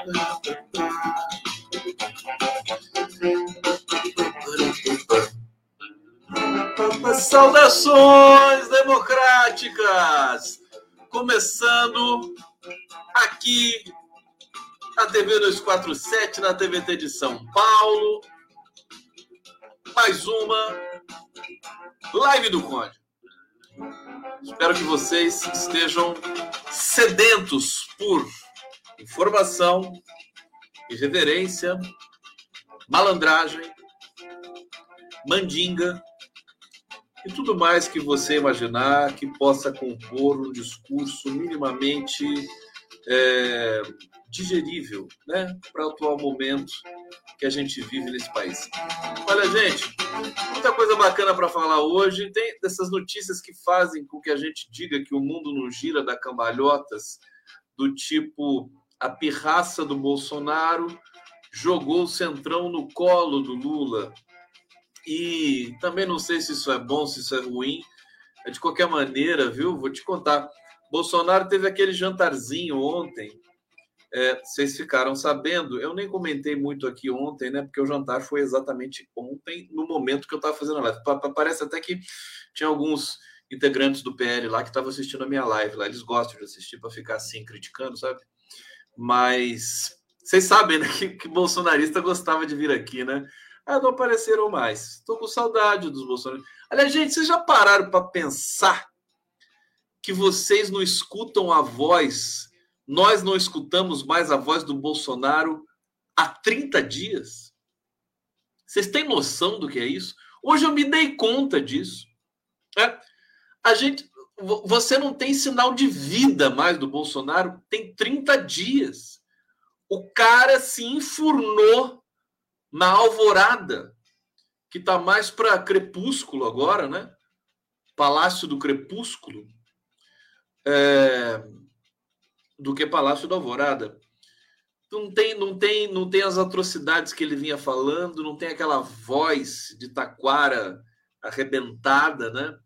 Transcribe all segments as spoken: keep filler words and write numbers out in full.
Saudações democráticas! Começando aqui na T V duzentos e quarenta e sete, na T V T de São Paulo, mais uma live do Conde. Espero que vocês estejam sedentos por informação, irreverência, malandragem, mandinga e tudo mais que você imaginar que possa compor um discurso minimamente é, digerível, né, para o atual momento que a gente vive nesse país. Olha, gente, muita coisa bacana para falar hoje. Tem dessas notícias que fazem com que a gente diga que o mundo não gira da cambalhotas, do tipo a pirraça do Bolsonaro jogou o Centrão no colo do Lula. E também não sei se isso é bom, se isso é ruim. De qualquer maneira, viu? Vou te contar. Bolsonaro teve aquele jantarzinho ontem. É, vocês ficaram sabendo? Eu nem comentei muito aqui ontem, né? Porque o jantar foi exatamente ontem, no momento que eu estava fazendo a live. Parece até que tinha alguns integrantes do P L lá que estavam assistindo a minha live lá. Eles gostam de assistir para ficar assim, criticando, sabe? Mas vocês sabem, né? Que, que bolsonarista gostava de vir aqui, né? Ah, não apareceram mais. Estou com saudade dos bolsonaristas. Aliás, gente, vocês já pararam para pensar que vocês não escutam a voz, nós não escutamos mais a voz do Bolsonaro há trinta dias? Vocês têm noção do que é isso? Hoje eu me dei conta disso. Né? A gente, você não tem sinal de vida mais do Bolsonaro, tem trinta dias. O cara se enfurnou na alvorada, que está mais para Crepúsculo agora, né? Palácio do Crepúsculo, é, do que Palácio da Alvorada. Não tem, não tem, não tem as atrocidades que ele vinha falando, não tem aquela voz de taquara arrebentada, né?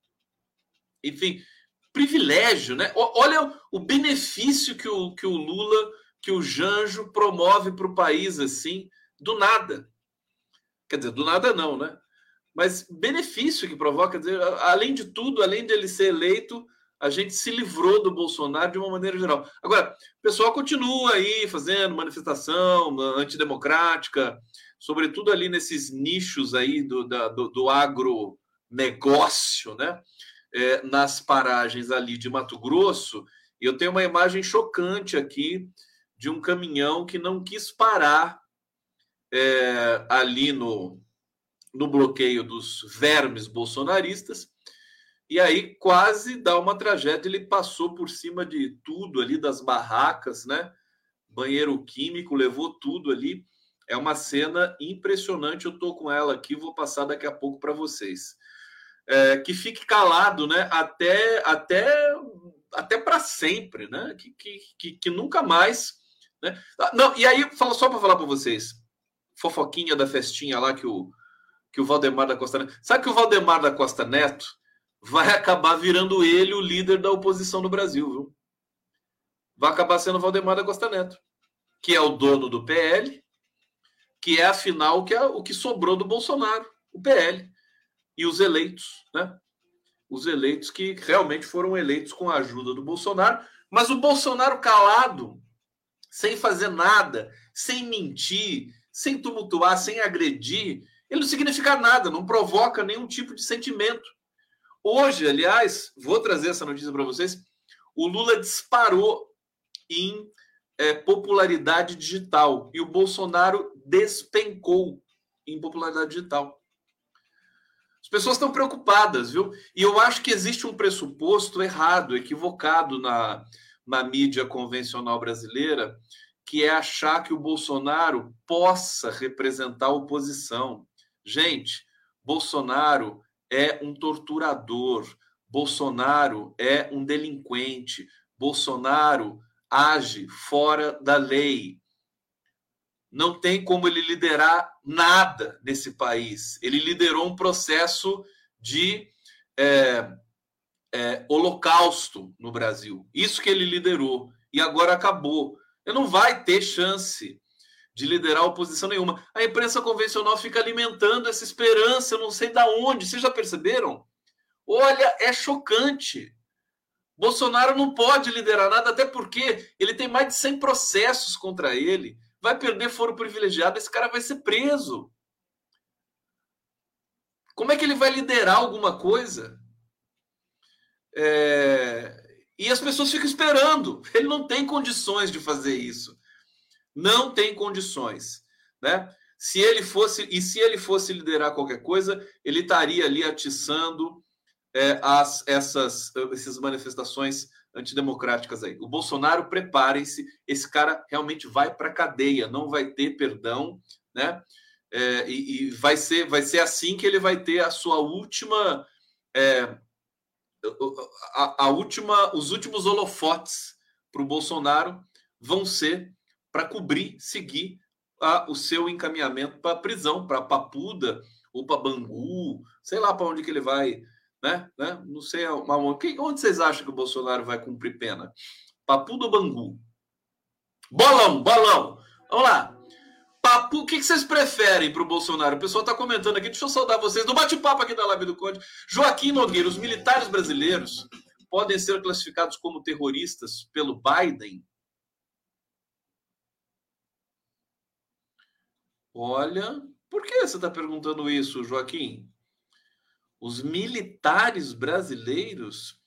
Enfim, privilégio, né? Olha o benefício que o, que o Lula, que o Janjo promove para o país, assim, do nada. Quer dizer, do nada não, né? Mas benefício que provoca, quer dizer, além de tudo, além de ele ser eleito, a gente se livrou do Bolsonaro de uma maneira geral. Agora, o pessoal continua aí fazendo manifestação antidemocrática, sobretudo ali nesses nichos aí do, da, do, do agronegócio, né? É, nas paragens ali de Mato Grosso. E eu tenho uma imagem chocante aqui de um caminhão que não quis parar é, ali no, no bloqueio dos vermes bolsonaristas. E aí quase dá uma tragédia, ele passou por cima de tudo ali, das barracas, né? Banheiro químico, levou tudo ali. É uma cena impressionante, eu tô com ela aqui, vou passar daqui a pouco para vocês. É, que fique calado, né? Até, até, até para sempre, né? Que, que, que, que nunca mais... Né? Não, e aí, fala, só para falar para vocês, fofoquinha da festinha lá que o, que o Valdemar da Costa Neto... Sabe que o Valdemar da Costa Neto vai acabar virando ele o líder da oposição no Brasil, viu? Vai acabar sendo o Valdemar da Costa Neto, que é o dono do P L, que é, afinal, que é o que sobrou do Bolsonaro, o P L. E os eleitos, né? Os eleitos que realmente foram eleitos com a ajuda do Bolsonaro, mas o Bolsonaro calado, sem fazer nada, sem mentir, sem tumultuar, sem agredir, ele não significa nada, não provoca nenhum tipo de sentimento. Hoje, aliás, vou trazer essa notícia para vocês, o Lula disparou em é, popularidade digital e o Bolsonaro despencou em popularidade digital. As pessoas estão preocupadas, viu? E eu acho que existe um pressuposto errado, equivocado na, na mídia convencional brasileira, que é achar que o Bolsonaro possa representar a oposição. Gente, Bolsonaro é um torturador, Bolsonaro é um delinquente, Bolsonaro age fora da lei. Não tem como ele liderar nada nesse país. Ele liderou um processo de é, é, holocausto no Brasil. Isso que ele liderou. E agora acabou. Ele não vai ter chance de liderar oposição nenhuma. A imprensa convencional fica alimentando essa esperança, eu não sei de onde. Vocês já perceberam? Olha, é chocante. Bolsonaro não pode liderar nada, até porque ele tem mais de cem processos contra ele. Vai perder foro privilegiado, esse cara vai ser preso. Como é que ele vai liderar alguma coisa? É... E as pessoas ficam esperando. Ele não tem condições de fazer isso. Não tem condições, né? Se ele fosse, e se ele fosse liderar qualquer coisa, ele estaria ali atiçando é, as, essas, essas manifestações antidemocráticas aí. O Bolsonaro, preparem-se, esse cara realmente vai para a cadeia, não vai ter perdão, né? É, e e vai, ser, vai ser assim que ele vai ter a sua última, é, a, a última, os últimos holofotes para o Bolsonaro vão ser para cobrir, seguir a, o seu encaminhamento para a prisão, para Papuda ou para Bangu, sei lá para onde que ele vai, né? né? Não sei aonde. Onde vocês acham que o Bolsonaro vai cumprir pena? Papuda ou Bangu? Bolão, bolão. Vamos lá. Papu, o que vocês preferem para o Bolsonaro? O pessoal está comentando aqui. Deixa eu saudar vocês do bate-papo aqui da Live do Conde. Joaquim Nogueira, os militares brasileiros podem ser classificados como terroristas pelo Biden? Olha, por que você está perguntando isso, Joaquim? Os militares brasileiros?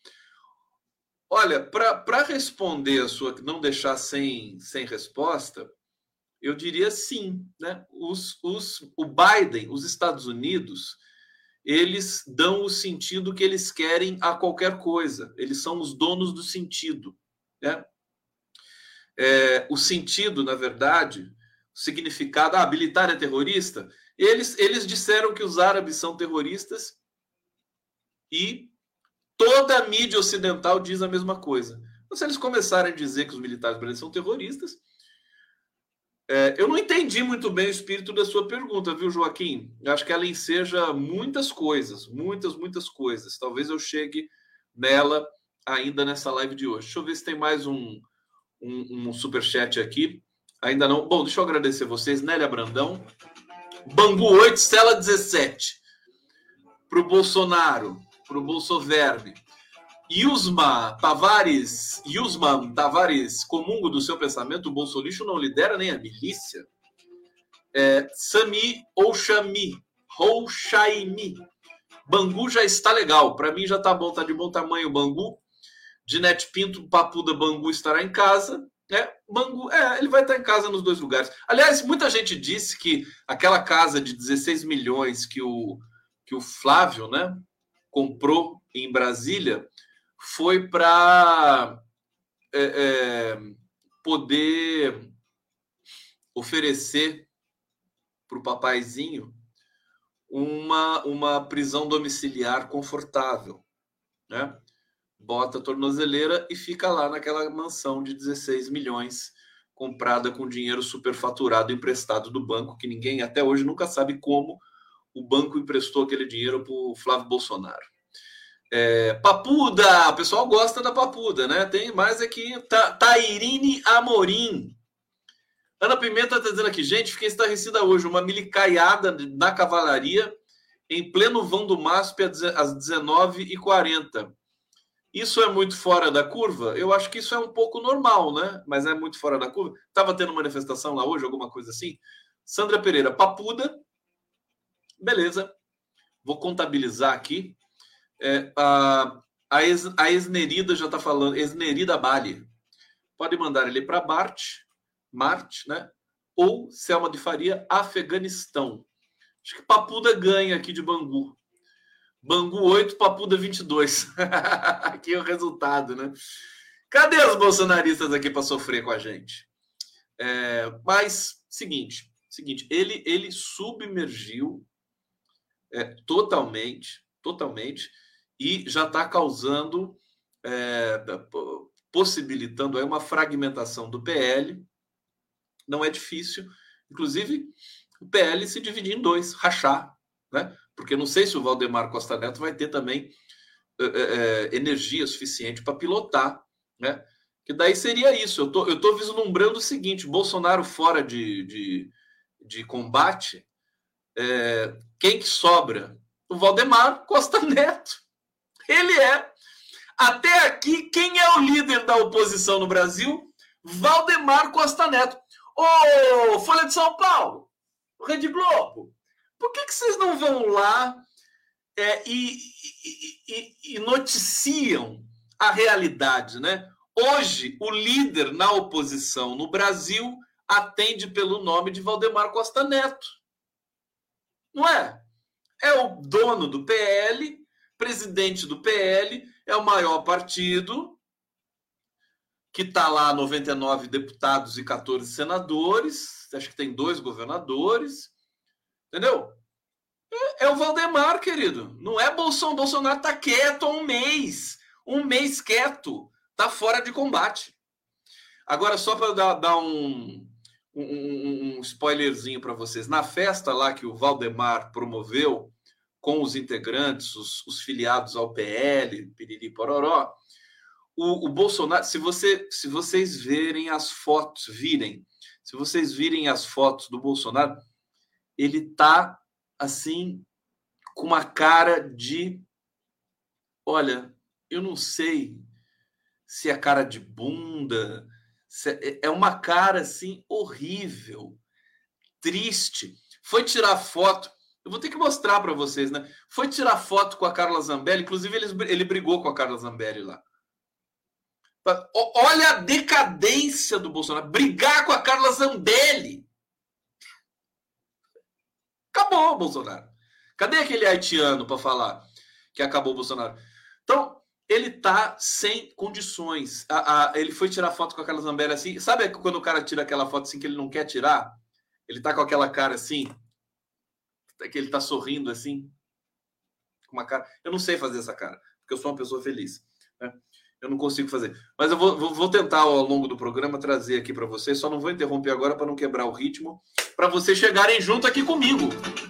Olha, para responder a sua, não deixar sem, sem resposta, eu diria sim, né? Os, os, o Biden, os Estados Unidos, eles dão o sentido que eles querem a qualquer coisa. Eles são os donos do sentido, né? É, o sentido, na verdade, o significado, ah, militar é terrorista? Eles, eles disseram que os árabes são terroristas e toda a mídia ocidental diz a mesma coisa. Então, se eles começarem a dizer que os militares brasileiros são terroristas, é, eu não entendi muito bem o espírito da sua pergunta, viu, Joaquim? Eu acho que ela enseja muitas coisas, muitas, muitas coisas. Talvez eu chegue nela ainda nessa live de hoje. Deixa eu ver se tem mais um, um, um superchat aqui. Ainda não. Bom, deixa eu agradecer vocês. Nélia Brandão. Bangu oito, Stella dezessete. Para o Bolsonaro, para o Bolsoverbe. Yusma Tavares, Yusman Tavares, comungo do seu pensamento, o Bolsolixo não lidera nem a milícia. É, Sami Ouxami, Rouxaimi. Bangu já está legal. Para mim já está bom, está de bom tamanho Bangu. Dinete Pinto, Papuda Bangu estará em casa. É, Bangu, é, ele vai estar em casa nos dois lugares. Aliás, muita gente disse que aquela casa de dezesseis milhões que o, que o Flávio, né, comprou em Brasília foi para é, é, poder oferecer para o papaizinho uma, uma prisão domiciliar confortável, né? Bota a tornozeleira e fica lá naquela mansão de dezesseis milhões comprada com dinheiro superfaturado emprestado do banco, que ninguém até hoje nunca sabe como o banco emprestou aquele dinheiro para o Flávio Bolsonaro. É, Papuda, o pessoal gosta da Papuda, né? Tem mais aqui, Ta, Tairine Amorim. Ana Pimenta está dizendo aqui, gente, fiquei estarrecida hoje, uma milicaiada na cavalaria em pleno vão do M A S P às dezenove e quarenta. Isso é muito fora da curva? Eu acho que isso é um pouco normal, né? Mas é muito fora da curva. Estava tendo manifestação lá hoje, alguma coisa assim? Sandra Pereira, Papuda. Beleza. Vou contabilizar aqui. É, a, a, ex, a Esnerida já está falando. Esnerida Bali. Pode mandar ele para Bart, Marte, né? Ou Selma de Faria, Afeganistão. Acho que Papuda ganha aqui de Bangu. Bangu oito, Papuda vinte e dois. Aqui é o resultado, né? Cadê os bolsonaristas aqui para sofrer com a gente? É, mas, seguinte, seguinte, ele, ele submergiu é, totalmente, totalmente, e já está causando, é, possibilitando aí uma fragmentação do P L. Não é difícil. Inclusive, o P L se dividir em dois, rachar, né? Porque não sei se o Valdemar Costa Neto vai ter também é, é, energia suficiente para pilotar, né? Que daí seria isso. Eu tô, eu tô vislumbrando o seguinte: Bolsonaro fora de, de, de combate, é, quem que sobra? O Valdemar Costa Neto. Ele é. Até aqui, quem é o líder da oposição no Brasil? Valdemar Costa Neto. Ô, Folha de São Paulo, Rede Globo, por que, que vocês não vão lá é, e, e, e, e noticiam a realidade, né? Hoje, o líder na oposição no Brasil atende pelo nome de Valdemar Costa Neto. Não é? É o dono do P L, presidente do P L, é o maior partido, que está lá noventa e nove deputados e quatorze senadores, acho que tem dois governadores, entendeu? É, é o Valdemar, querido. Não é Bolsonaro. Bolsonaro está quieto há um mês. Um mês quieto. Está fora de combate. Agora, só para dar, dar um, um, um spoilerzinho para vocês. Na festa lá que o Valdemar promoveu com os integrantes, os, os filiados ao P L, piriri pororó, o, o Bolsonaro, se, você, se vocês verem as fotos, virem, se vocês virem as fotos do Bolsonaro, ele tá assim, com uma cara de, olha, eu não sei se é cara de bunda, se é, é uma cara assim horrível, triste. Foi tirar foto, eu vou ter que mostrar para vocês, né? Foi tirar foto com a Carla Zambelli, inclusive ele, ele brigou com a Carla Zambelli lá. Olha a decadência do Bolsonaro, brigar com a Carla Zambelli. Acabou o Bolsonaro. Cadê aquele haitiano para falar que acabou o Bolsonaro? Então, ele tá sem condições. A, a, ele foi tirar foto com a Carla Zambelli assim. Sabe quando o cara tira aquela foto assim que ele não quer tirar? Ele tá com aquela cara assim, que ele tá sorrindo assim. Com uma cara. Eu não sei fazer essa cara, porque eu sou uma pessoa feliz, né? Eu não consigo fazer. Mas eu vou, vou, vou tentar, ao longo do programa, trazer aqui para vocês. Só não vou interromper agora para não quebrar o ritmo, para vocês chegarem junto aqui comigo.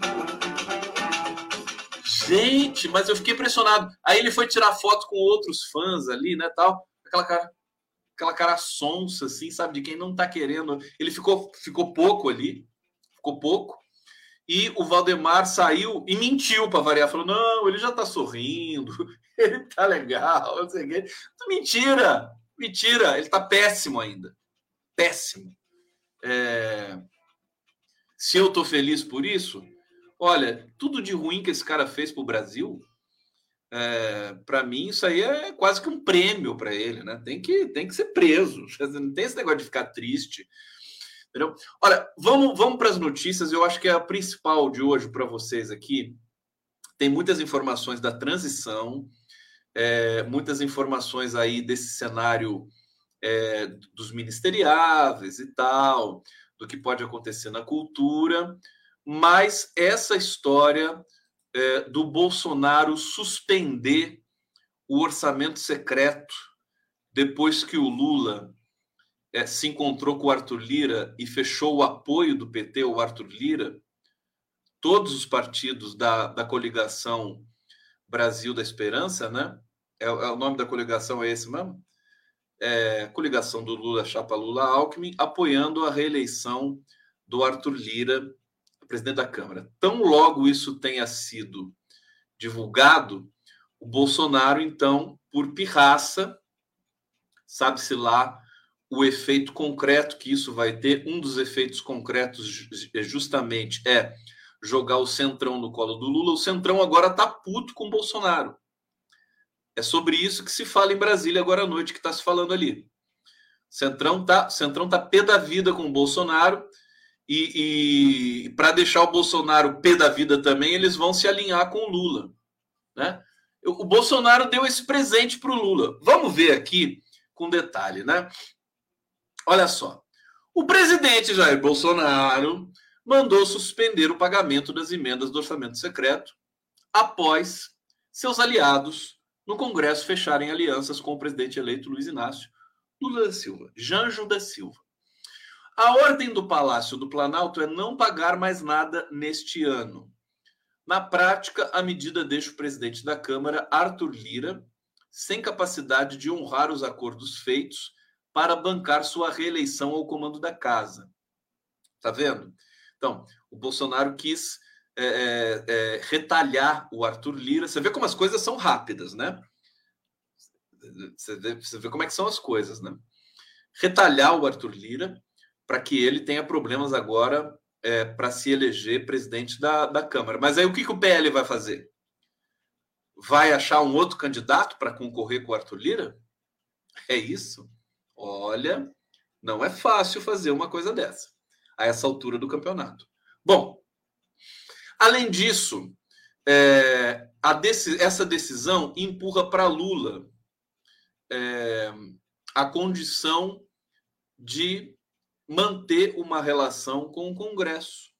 Gente, mas eu fiquei impressionado. Aí ele foi tirar foto com outros fãs ali, né, tal. Aquela cara, aquela cara sonsa, assim, sabe, de quem não tá querendo. Ele ficou, ficou pouco ali, ficou pouco. E o Valdemar saiu e mentiu para variar. Falou, não, ele já tá sorrindo, ele tá legal, não sei o quê. Mentira, mentira, ele tá péssimo ainda. Péssimo. É... Se eu tô feliz por isso, olha, tudo de ruim que esse cara fez pro Brasil, é... para mim isso aí é quase que um prêmio para ele, né? Tem que, tem que ser preso. Não tem esse negócio de ficar triste. Entendeu? Olha, vamos, vamos para as notícias. Eu acho que é a principal de hoje para vocês aqui. Tem muitas informações da transição, é, muitas informações aí desse cenário é, dos ministeriáveis e tal, do que pode acontecer na cultura, mas essa história é, do Bolsonaro suspender o orçamento secreto depois que o Lula É, se encontrou com o Arthur Lira e fechou o apoio do P T ao Arthur Lira, todos os partidos da, da coligação Brasil da Esperança, né? É, é, o nome da coligação é esse mesmo? É, coligação do Lula, chapa Lula-Alckmin, apoiando a reeleição do Arthur Lira, presidente da Câmara. Tão logo isso tenha sido divulgado, o Bolsonaro, então, por pirraça, sabe-se lá, o efeito concreto que isso vai ter, um dos efeitos concretos justamente é jogar o Centrão no colo do Lula. O Centrão agora tá puto com o Bolsonaro. É sobre isso que se fala em Brasília agora à noite, que está se falando ali. Centrão tá, Centrão tá pé da vida com o Bolsonaro e, e para deixar o Bolsonaro pé da vida também, eles vão se alinhar com o Lula, né? O Bolsonaro deu esse presente para o Lula. Vamos ver aqui com detalhe, né? Olha só, o presidente Jair Bolsonaro mandou suspender o pagamento das emendas do orçamento secreto após seus aliados no Congresso fecharem alianças com o presidente eleito Luiz Inácio Lula da Silva, Janjo da Silva. A ordem do Palácio do Planalto é não pagar mais nada neste ano. Na prática, a medida deixa o presidente da Câmara, Arthur Lira, sem capacidade de honrar os acordos feitos para bancar sua reeleição ao comando da casa. Tá vendo? Então, o Bolsonaro quis é, é, é, retalhar o Arthur Lira. Você vê como as coisas são rápidas, né? Você vê, você vê como é que são as coisas, né? Retalhar o Arthur Lira para que ele tenha problemas agora é, para se eleger presidente da, da Câmara. Mas aí o que, que o P L vai fazer? Vai achar um outro candidato para concorrer com o Arthur Lira? É isso? Olha, não é fácil fazer uma coisa dessa a essa altura do campeonato. Bom, além disso, é, a deci- essa decisão empurra para Lula é, a condição de manter uma relação com o Congresso,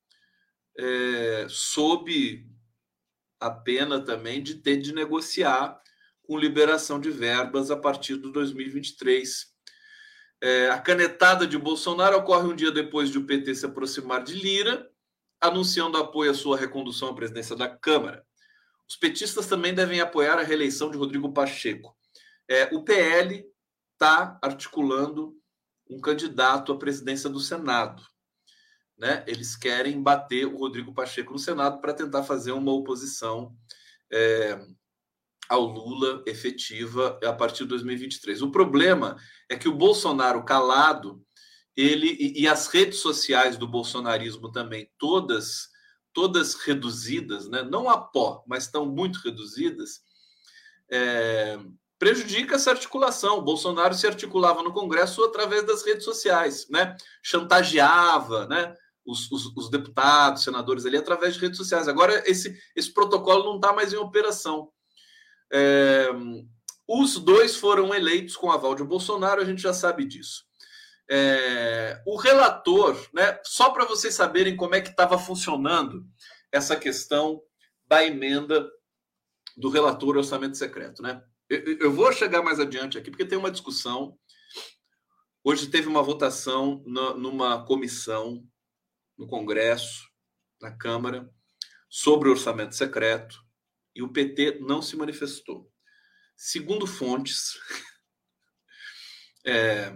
é, sob a pena também de ter de negociar com liberação de verbas a partir de dois mil e vinte e três. É, a canetada de Bolsonaro ocorre um dia depois de o P T se aproximar de Lira, anunciando apoio à sua recondução à presidência da Câmara. Os petistas também devem apoiar a reeleição de Rodrigo Pacheco. É, o P L está articulando um candidato à presidência do Senado. Né? Eles querem bater o Rodrigo Pacheco no Senado para tentar fazer uma oposição é, ao Lula efetiva a partir de dois mil e vinte e três. O problema é que o Bolsonaro calado, ele e, e as redes sociais do bolsonarismo também, todas, todas reduzidas, né? Não a pó, mas estão muito reduzidas, é, prejudica essa articulação. O Bolsonaro se articulava no Congresso através das redes sociais, né? Chantageava, né? Os, os, os deputados, senadores ali através de redes sociais. Agora esse, esse protocolo não está mais em operação. É, os dois foram eleitos com aval de Bolsonaro, a gente já sabe disso. É, o relator, né, só para vocês saberem como é que estava funcionando essa questão da emenda do relator ao orçamento secreto, né? Eu, eu vou chegar mais adiante aqui, porque tem uma discussão. Hoje teve uma votação na, numa comissão no Congresso, na Câmara, sobre o orçamento secreto, e o P T não se manifestou. Segundo fontes é,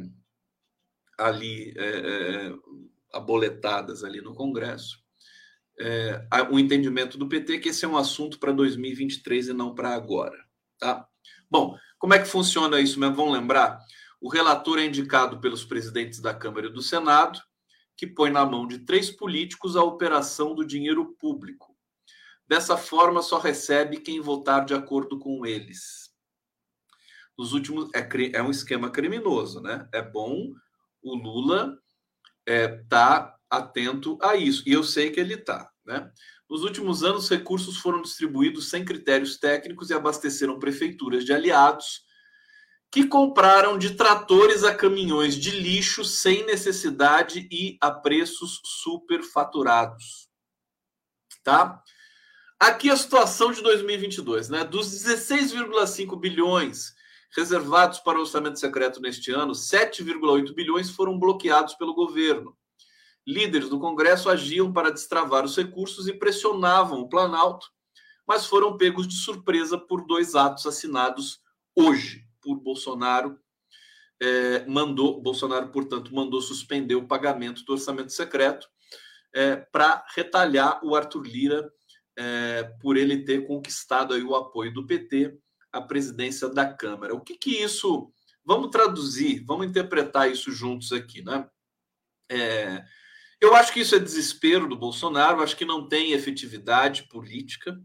ali é, é, aboletadas ali no Congresso, é, o entendimento do P T é que esse é um assunto para dois mil e vinte e três e não para agora. Tá? Bom, como é que funciona isso mesmo? Vamos lembrar? O relator é indicado pelos presidentes da Câmara e do Senado, que põe na mão de três políticos a operação do dinheiro público. Dessa forma, só recebe quem votar de acordo com eles. Nos últimos, é, é um esquema criminoso, né? É bom o Lula estar é, tá atento a isso. E eu sei que ele está, né? Nos últimos anos, recursos foram distribuídos sem critérios técnicos e abasteceram prefeituras de aliados que compraram de tratores a caminhões de lixo sem necessidade e a preços superfaturados. Tá? Aqui a situação de dois mil e vinte e dois, né? Dos dezesseis vírgula cinco bilhões reservados para o orçamento secreto neste ano, sete vírgula oito bilhões foram bloqueados pelo governo. Líderes do Congresso agiam para destravar os recursos e pressionavam o Planalto, mas foram pegos de surpresa por dois atos assinados hoje por Bolsonaro. É, mandou, Bolsonaro, portanto, mandou suspender o pagamento do orçamento secreto é, para retalhar o Arthur Lira É, por ele ter conquistado aí o apoio do P T à presidência da Câmara. O que que isso... Vamos traduzir, vamos interpretar isso juntos aqui, né? É, eu acho que isso é desespero do Bolsonaro, acho que não tem efetividade política.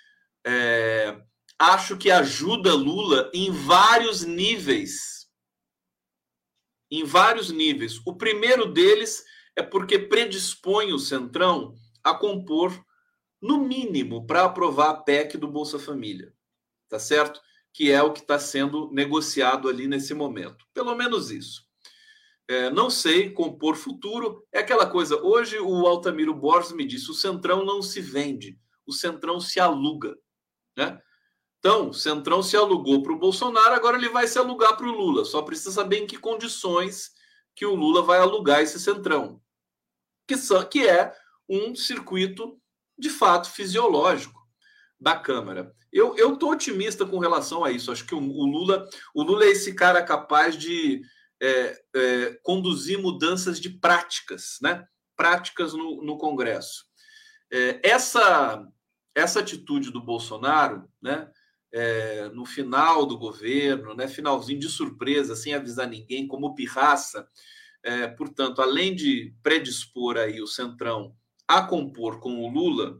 É, acho que ajuda Lula em vários níveis. Em vários níveis. O primeiro deles é porque predispõe o Centrão a compor no mínimo, para aprovar a P E C do Bolsa Família, tá certo? Que é o que está sendo negociado ali nesse momento. Pelo menos isso. É, não sei, compor futuro é aquela coisa. Hoje o Altamiro Borges me disse, o Centrão não se vende, o Centrão se aluga, né? Então, o Centrão se alugou para o Bolsonaro, agora ele vai se alugar para o Lula. Só precisa saber em que condições que o Lula vai alugar esse Centrão, que, são, que é um circuito de fato fisiológico da Câmara. Eu eu tô otimista com relação a isso. Acho que o, o Lula o Lula é esse cara capaz de é, é, conduzir mudanças de práticas, né? Práticas no, no Congresso. É, essa, essa atitude do Bolsonaro, né? É, no final do governo, né? Finalzinho de surpresa, sem avisar ninguém, como pirraça, é, portanto, além de predispor aí o Centrão a compor com o Lula,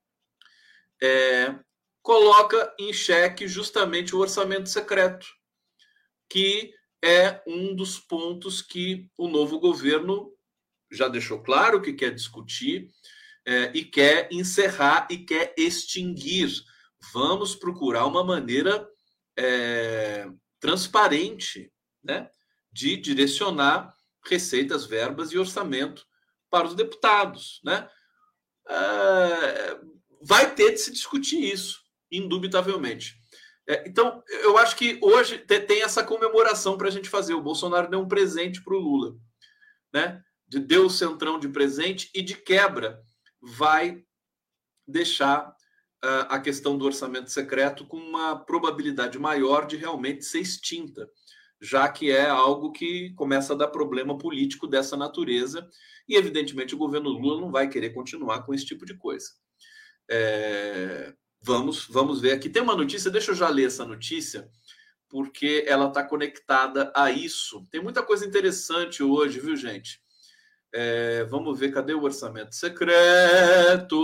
é, coloca em xeque justamente o orçamento secreto, que é um dos pontos que o novo governo já deixou claro que quer discutir é, e quer encerrar e quer extinguir. Vamos procurar uma maneira é, transparente, né, de direcionar receitas, verbas e orçamento para os deputados, né? É, vai ter de se discutir isso, indubitavelmente. É, então, eu acho que hoje tem essa comemoração para a gente fazer. O Bolsonaro deu um presente para o Lula, né? Deu o Centrão de presente e, de quebra, vai deixar uh, a questão do orçamento secreto com uma probabilidade maior de realmente ser extinta, já que é algo que começa a dar problema político dessa natureza e, evidentemente, o governo Lula não vai querer continuar com esse tipo de coisa. É... Vamos, vamos ver aqui. Tem uma notícia, deixa eu já ler essa notícia, porque ela está conectada a isso. Tem muita coisa interessante hoje, viu, gente? É, vamos ver, cadê o orçamento secreto?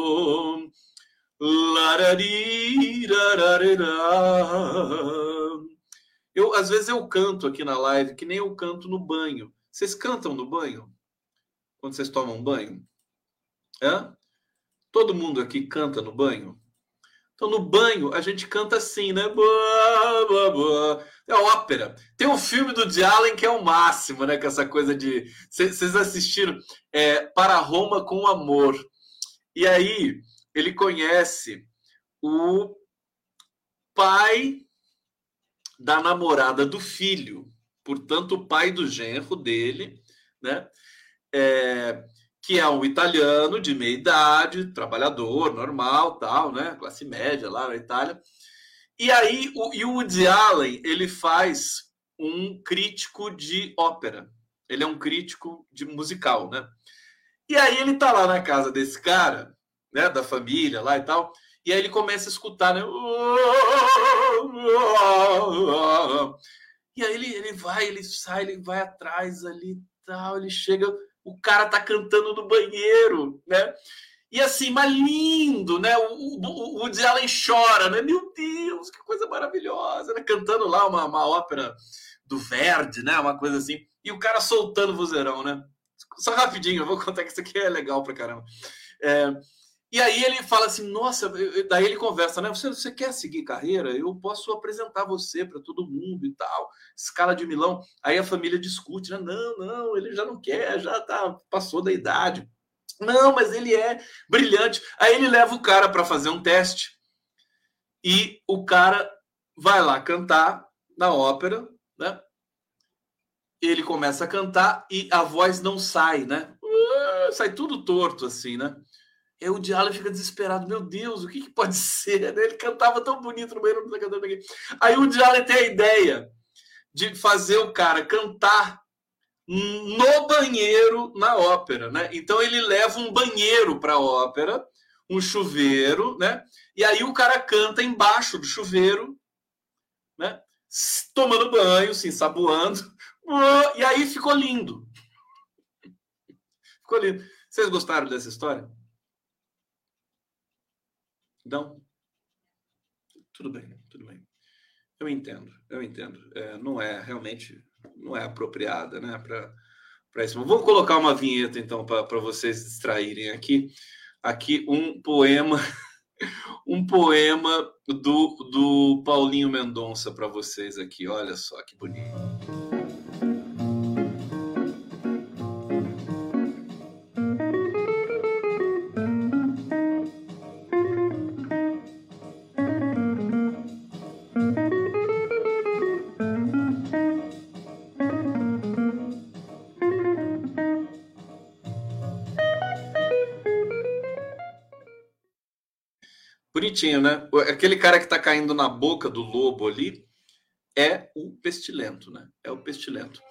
Eu, às vezes eu canto aqui na live, que nem eu canto no banho. Vocês cantam no banho? Quando vocês tomam banho? Hã? Todo mundo aqui canta no banho? Então, no banho, a gente canta assim, né? Boa, boa, boa. É ópera. Tem um filme do Woody Allen que é o máximo, né? Com essa coisa de... Vocês assistiram? É, Para Roma com Amor. E aí, ele conhece o pai da namorada do filho. Portanto, o pai do genro dele, né? É... que é um italiano de meia idade, trabalhador, normal, tal, né? Classe média lá na Itália. E aí, o, e o Woody Allen, ele faz um crítico de ópera. Ele é um crítico de musical, né? E aí ele tá lá na casa desse cara, né? Da família lá e tal. E aí ele começa a escutar, né? E aí ele, ele vai, ele sai, ele vai atrás ali e tal, ele chega... O cara tá cantando no banheiro, né? E assim, mas lindo, né? O, o, o Woody Allen chora, né? Meu Deus, que coisa maravilhosa, né? Cantando lá uma, uma ópera do Verdi, né? Uma coisa assim. E o cara soltando o vozeirão, né? Só rapidinho, eu vou contar que isso aqui é legal pra caramba. É, e aí ele fala assim, nossa, daí ele conversa, né? Você, você quer seguir carreira? Eu posso apresentar você para todo mundo e tal. Escala de Milão. Aí a família discute, né? Não, não, ele já não quer, já tá, passou da idade. Não, mas ele é brilhante. Aí ele leva o cara para fazer um teste e o cara vai lá cantar na ópera, né? Ele começa a cantar e a voz não sai, né? Uh, sai tudo torto assim, né? Aí o Woody Allen fica desesperado. Meu Deus, o que, que pode ser? Ele cantava tão bonito no banheiro, não tá cantando aqui. Aí o Woody Allen tem a ideia de fazer o cara cantar no banheiro na ópera, né? Então ele leva um banheiro para a ópera, um chuveiro, né? E aí o cara canta embaixo do chuveiro, né? Tomando banho, se ensaboando. E aí ficou lindo. Ficou lindo. Vocês gostaram dessa história? Não? Tudo bem, tudo bem. Eu entendo, eu entendo. É, não é realmente, não é apropriada, né? Para isso. Vamos colocar uma vinheta então para vocês distraírem aqui. Aqui um poema, um poema do, do Paulinho Mendonça para vocês aqui. Olha só que bonito. Bonitinho, né? Aquele cara que tá caindo na boca do lobo ali é o pestilento, né? É o pestilento.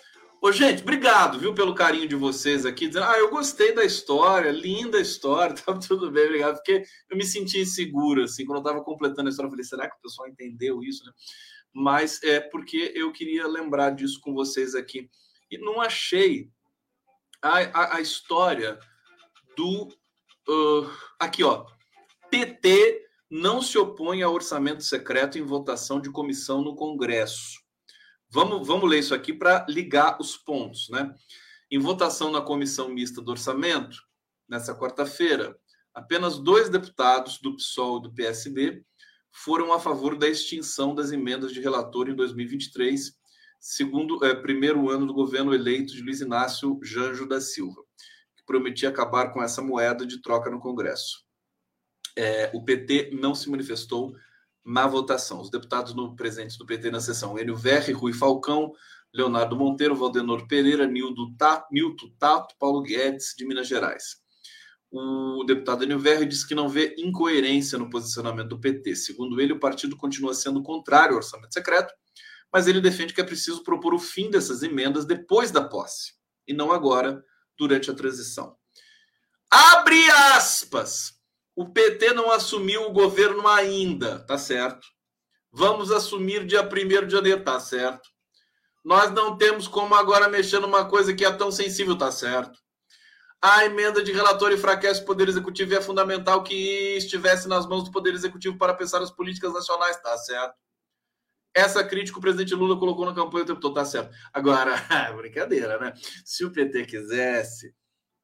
Ô, gente, obrigado, viu, pelo carinho de vocês aqui, dizendo, ah, eu gostei da história, linda história, tá tudo bem, obrigado, porque eu me senti inseguro, assim, quando eu estava completando a história, eu falei, será que o pessoal entendeu isso, né? Mas é porque eu queria lembrar disso com vocês aqui. E não achei a, a, a história do... Uh, aqui, ó, P T não se opõe a orçamento secreto em votação de comissão no Congresso. Vamos, vamos ler isso aqui para ligar os pontos, né? Em votação na comissão mista do orçamento, nessa quarta-feira, apenas dois deputados do PSOL e do P S B foram a favor da extinção das emendas de relator em dois mil e vinte e três, segundo é, primeiro ano do governo eleito de Luiz Inácio Janjo da Silva, que prometia acabar com essa moeda de troca no Congresso. É, o P T não se manifestou na votação. Os deputados no, presentes do P T na sessão, Enio Verri, Rui Falcão, Leonardo Monteiro, Valdenor Pereira, Nildo Tato, Nilton Tato, Paulo Guedes, de Minas Gerais. O deputado Enio Verri disse que não vê incoerência no posicionamento do P T. Segundo ele, o partido continua sendo contrário ao orçamento secreto, mas ele defende que é preciso propor o fim dessas emendas depois da posse, e não agora, durante a transição. Abre aspas! O P T não assumiu o governo ainda, tá certo? Vamos assumir dia primeiro de janeiro, tá certo? Nós não temos como agora mexer numa coisa que é tão sensível, tá certo? A emenda de relator enfraquece o Poder Executivo e é fundamental que estivesse nas mãos do Poder Executivo para pensar as políticas nacionais, tá certo? Essa crítica o presidente Lula colocou na campanha o tempo todo, tá certo? Agora, brincadeira, né? Se o P T quisesse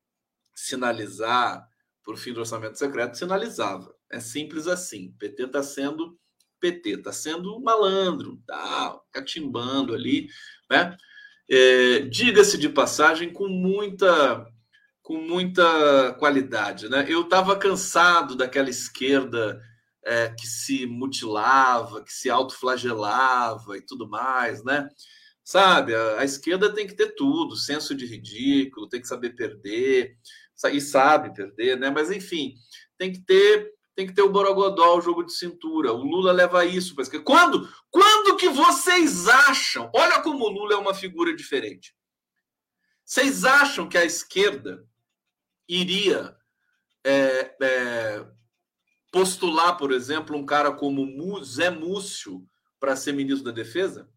sinalizar por fim do orçamento secreto, sinalizava. É simples assim. P T está sendo P T, está sendo malandro, tá catimbando ali, né? É, diga-se de passagem, com muita, com muita qualidade, né? Eu estava cansado daquela esquerda é, que se mutilava, que se autoflagelava e tudo mais, né? Sabe, a, a esquerda tem que ter tudo, senso de ridículo, tem que saber perder, e sabe perder, né? Mas enfim, tem que ter, tem que ter o borogodó, o jogo de cintura. O Lula leva isso para esquerda. Quando, quando que vocês acham? Olha como o Lula é uma figura diferente. Vocês acham que a esquerda iria é, é, postular, por exemplo, um cara como Zé Múcio para ser ministro da Defesa?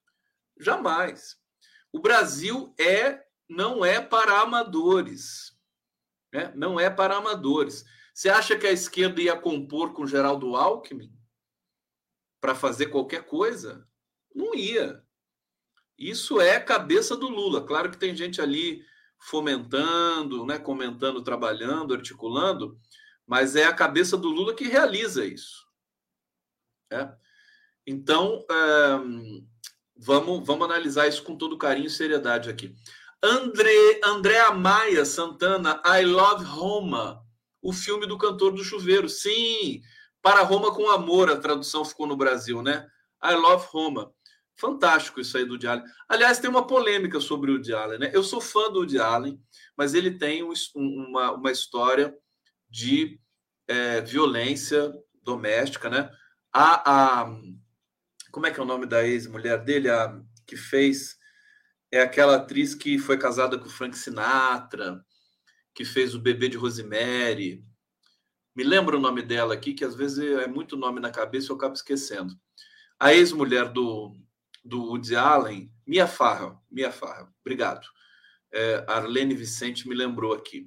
Jamais. O Brasil é, não é para amadores. Né? Não é para amadores. Você acha que a esquerda ia compor com Geraldo Alckmin para fazer qualquer coisa? Não ia. Isso é cabeça do Lula. Claro que tem gente ali fomentando, né, comentando, trabalhando, articulando, mas é a cabeça do Lula que realiza isso. É? Então, é, vamos, vamos analisar isso com todo carinho e seriedade aqui. André, Andréa Maia Santana, I Love Roma, o filme do Cantor do Chuveiro. Sim, Para Roma com Amor, a tradução ficou no Brasil, né? I Love Roma. Fantástico isso aí do Woody Allen. Aliás, tem uma polêmica sobre o Woody Allen, né? Eu sou fã do Woody Allen, mas ele tem um, uma, uma história de é, violência doméstica, né? A, a, como é que é o nome da ex-mulher dele? A, que fez... É aquela atriz que foi casada com o Frank Sinatra, que fez o Bebê de Rosemary. Me lembra o nome dela aqui, que às vezes é muito nome na cabeça e eu acabo esquecendo. A ex-mulher do, do Woody Allen, Mia Farrow. Mia Farrow, obrigado. É, Arlene Vicente me lembrou aqui.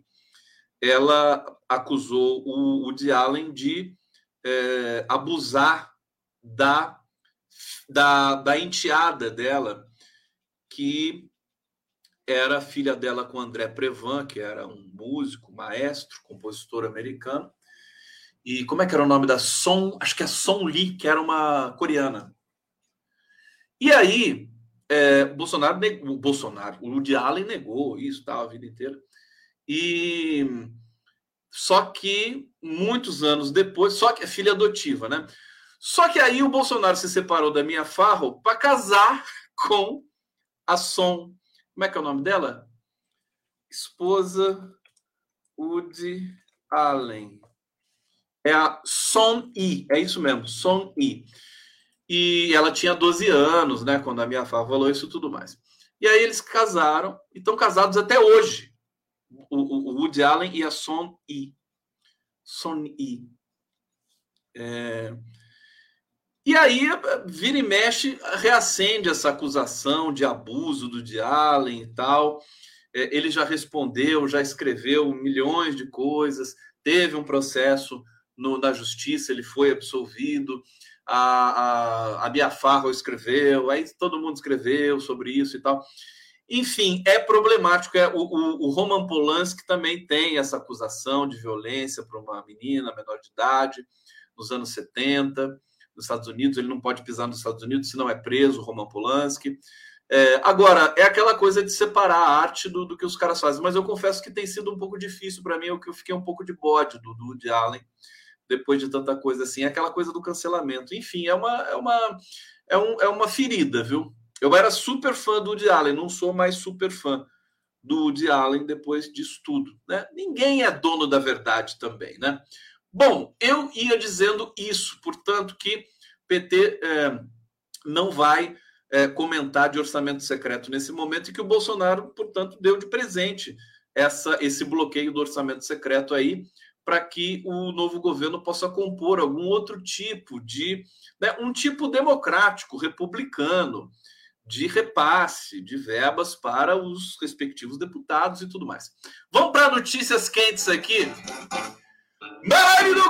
Ela acusou o Woody Allen de é, abusar da, da, da enteada dela, que era filha dela com André Previn, que era um músico, maestro, compositor americano. E como é que era o nome da Son? Acho que é Son Lee, que era uma coreana. E aí, é, Bolsonaro, negou, Bolsonaro, o Woody Allen negou isso, tá, a vida inteira. E só que muitos anos depois, só que é filha adotiva, né? Só que aí o Bolsonaro se separou da Mia Farrow para casar com a Son. Como é que é o nome dela? Esposa Woody Allen. É a Son Yi, é isso mesmo, Son Yi. E ela tinha doze anos, né, quando a Mia Farrow falou isso e tudo mais. E aí eles casaram, e estão casados até hoje. O, o, o Woody Allen e a Son Yi. Son Yi. É... E aí, vira e mexe, reacende essa acusação de abuso do Woody Allen e tal. É, ele já respondeu, já escreveu milhões de coisas, teve um processo no, na justiça, ele foi absolvido. A, a, a Mia Farrow escreveu, aí todo mundo escreveu sobre isso e tal. Enfim, é problemático. É, o, o, o Roman Polanski também tem essa acusação de violência para uma menina menor de idade, nos anos setenta, nos Estados Unidos. Ele não pode pisar nos Estados Unidos se não é preso, o Roman Polanski. É, agora, é aquela coisa de separar a arte do, do que os caras fazem, mas eu confesso que tem sido um pouco difícil para mim, eu, eu fiquei um pouco de bode do, do Woody Allen, depois de tanta coisa assim, é aquela coisa do cancelamento. Enfim, é uma, é uma, é um, é uma ferida, viu? Eu era super fã do Woody Allen, não sou mais super fã do Woody Allen depois disso tudo, né? Ninguém é dono da verdade também, né? Bom, eu ia dizendo isso, portanto, que P T é, não vai é, comentar de orçamento secreto nesse momento e que o Bolsonaro, portanto, deu de presente essa, esse bloqueio do orçamento secreto aí, para que o novo governo possa compor algum outro tipo de... Né, um tipo democrático, republicano, de repasse, de verbas para os respectivos deputados e tudo mais. Vamos para notícias quentes aqui. Mari do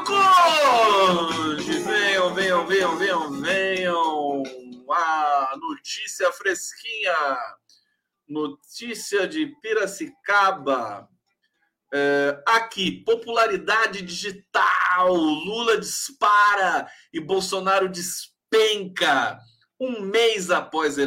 Conde! Venham, venham, venham, venham, venham. A notícia fresquinha. Notícia de Piracicaba. É, aqui, popularidade digital, Lula dispara e Bolsonaro despenca um mês após a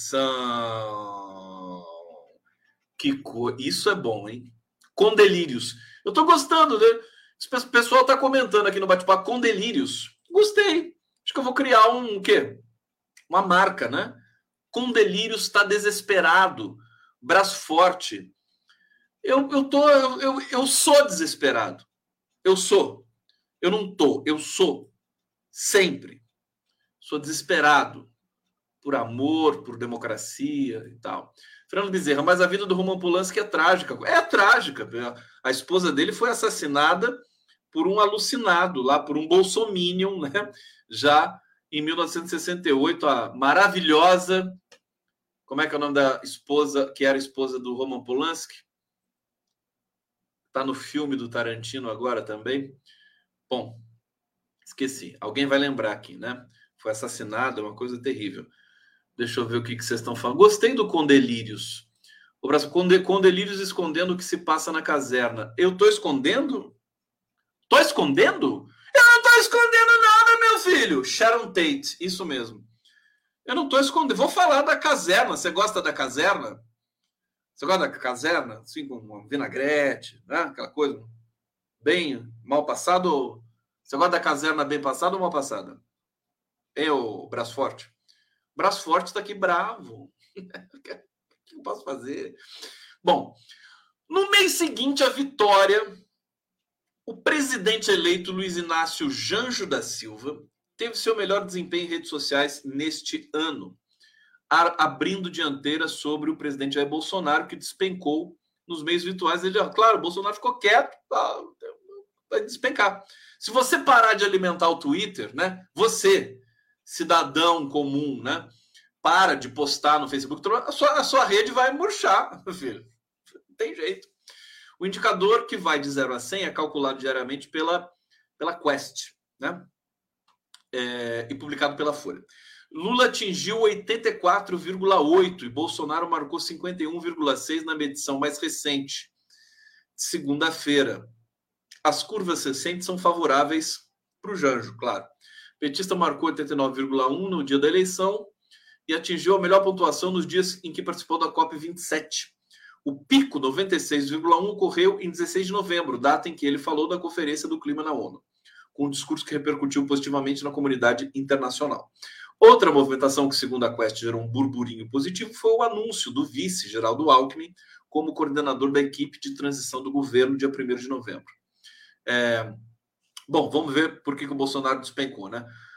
eleição. Que co... Isso é bom, hein? Com delírios. Eu tô gostando, né? O pessoal tá comentando aqui no bate-papo com delírios. Gostei. Acho que eu vou criar um o quê? Uma marca, né? Com delírios tá desesperado, braço forte. Eu, eu, tô, eu, eu, eu sou desesperado. Eu sou. Eu não tô. Eu sou. Sempre. Sou desesperado. Por amor, por democracia e tal. Fernando Bezerra, mas a vida do Roman Polanski é trágica. É trágica. A esposa dele foi assassinada por um alucinado lá, por um bolsominion, né? Já em mil novecentos e sessenta e oito, a maravilhosa... Como é que é o nome da esposa, que era esposa do Roman Polanski? Tá no filme do Tarantino agora também. Bom, esqueci. Alguém vai lembrar aqui, né? Foi assassinado, é uma coisa terrível. Deixa eu ver o que, que vocês estão falando. Gostei do Condelírios. O braço Condelírios escondendo o que se passa na caserna. Eu tô escondendo? Tô escondendo? Eu não tô escondendo nada, meu filho. Sharon Tate, isso mesmo. Eu não tô escondendo. Vou falar da caserna. Você gosta da caserna? Você gosta da caserna? Assim, com uma vinagrete, né? Aquela coisa bem mal passada. Ou... Você gosta da caserna bem passada ou mal passada? Eu, braço forte. Braço forte está aqui bravo. O que eu posso fazer? Bom, no mês seguinte à vitória, o presidente eleito Luiz Inácio Janjo da Silva teve seu melhor desempenho em redes sociais neste ano, abrindo dianteira sobre o presidente Jair Bolsonaro, que despencou nos meios virtuais. Ele, claro, o Bolsonaro ficou quieto, vai despencar. Se você parar de alimentar o Twitter, né? Você, cidadão comum, né? Para de postar no Facebook, a sua, a sua rede vai murchar, meu filho. Não tem jeito. O indicador que vai de zero a cem é calculado diariamente pela, pela Quest, né? É, e publicado pela Folha. Lula atingiu oitenta e quatro vírgula oito e Bolsonaro marcou cinquenta e um vírgula seis na medição mais recente, segunda-feira. As curvas recentes são favoráveis para o Janjo, claro. O petista marcou oitenta e nove vírgula um no dia da eleição e atingiu a melhor pontuação nos dias em que participou da COP vinte e sete. O pico, noventa e seis vírgula um, ocorreu em dezesseis de novembro, data em que ele falou da Conferência do Clima na ONU, com um discurso que repercutiu positivamente na comunidade internacional. Outra movimentação que, segundo a Quest, gerou um burburinho positivo foi o anúncio do vice, Geraldo Alckmin, como coordenador da equipe de transição do governo, dia primeiro de novembro. É... Bom, vamos ver por que, que o Bolsonaro despencou, né?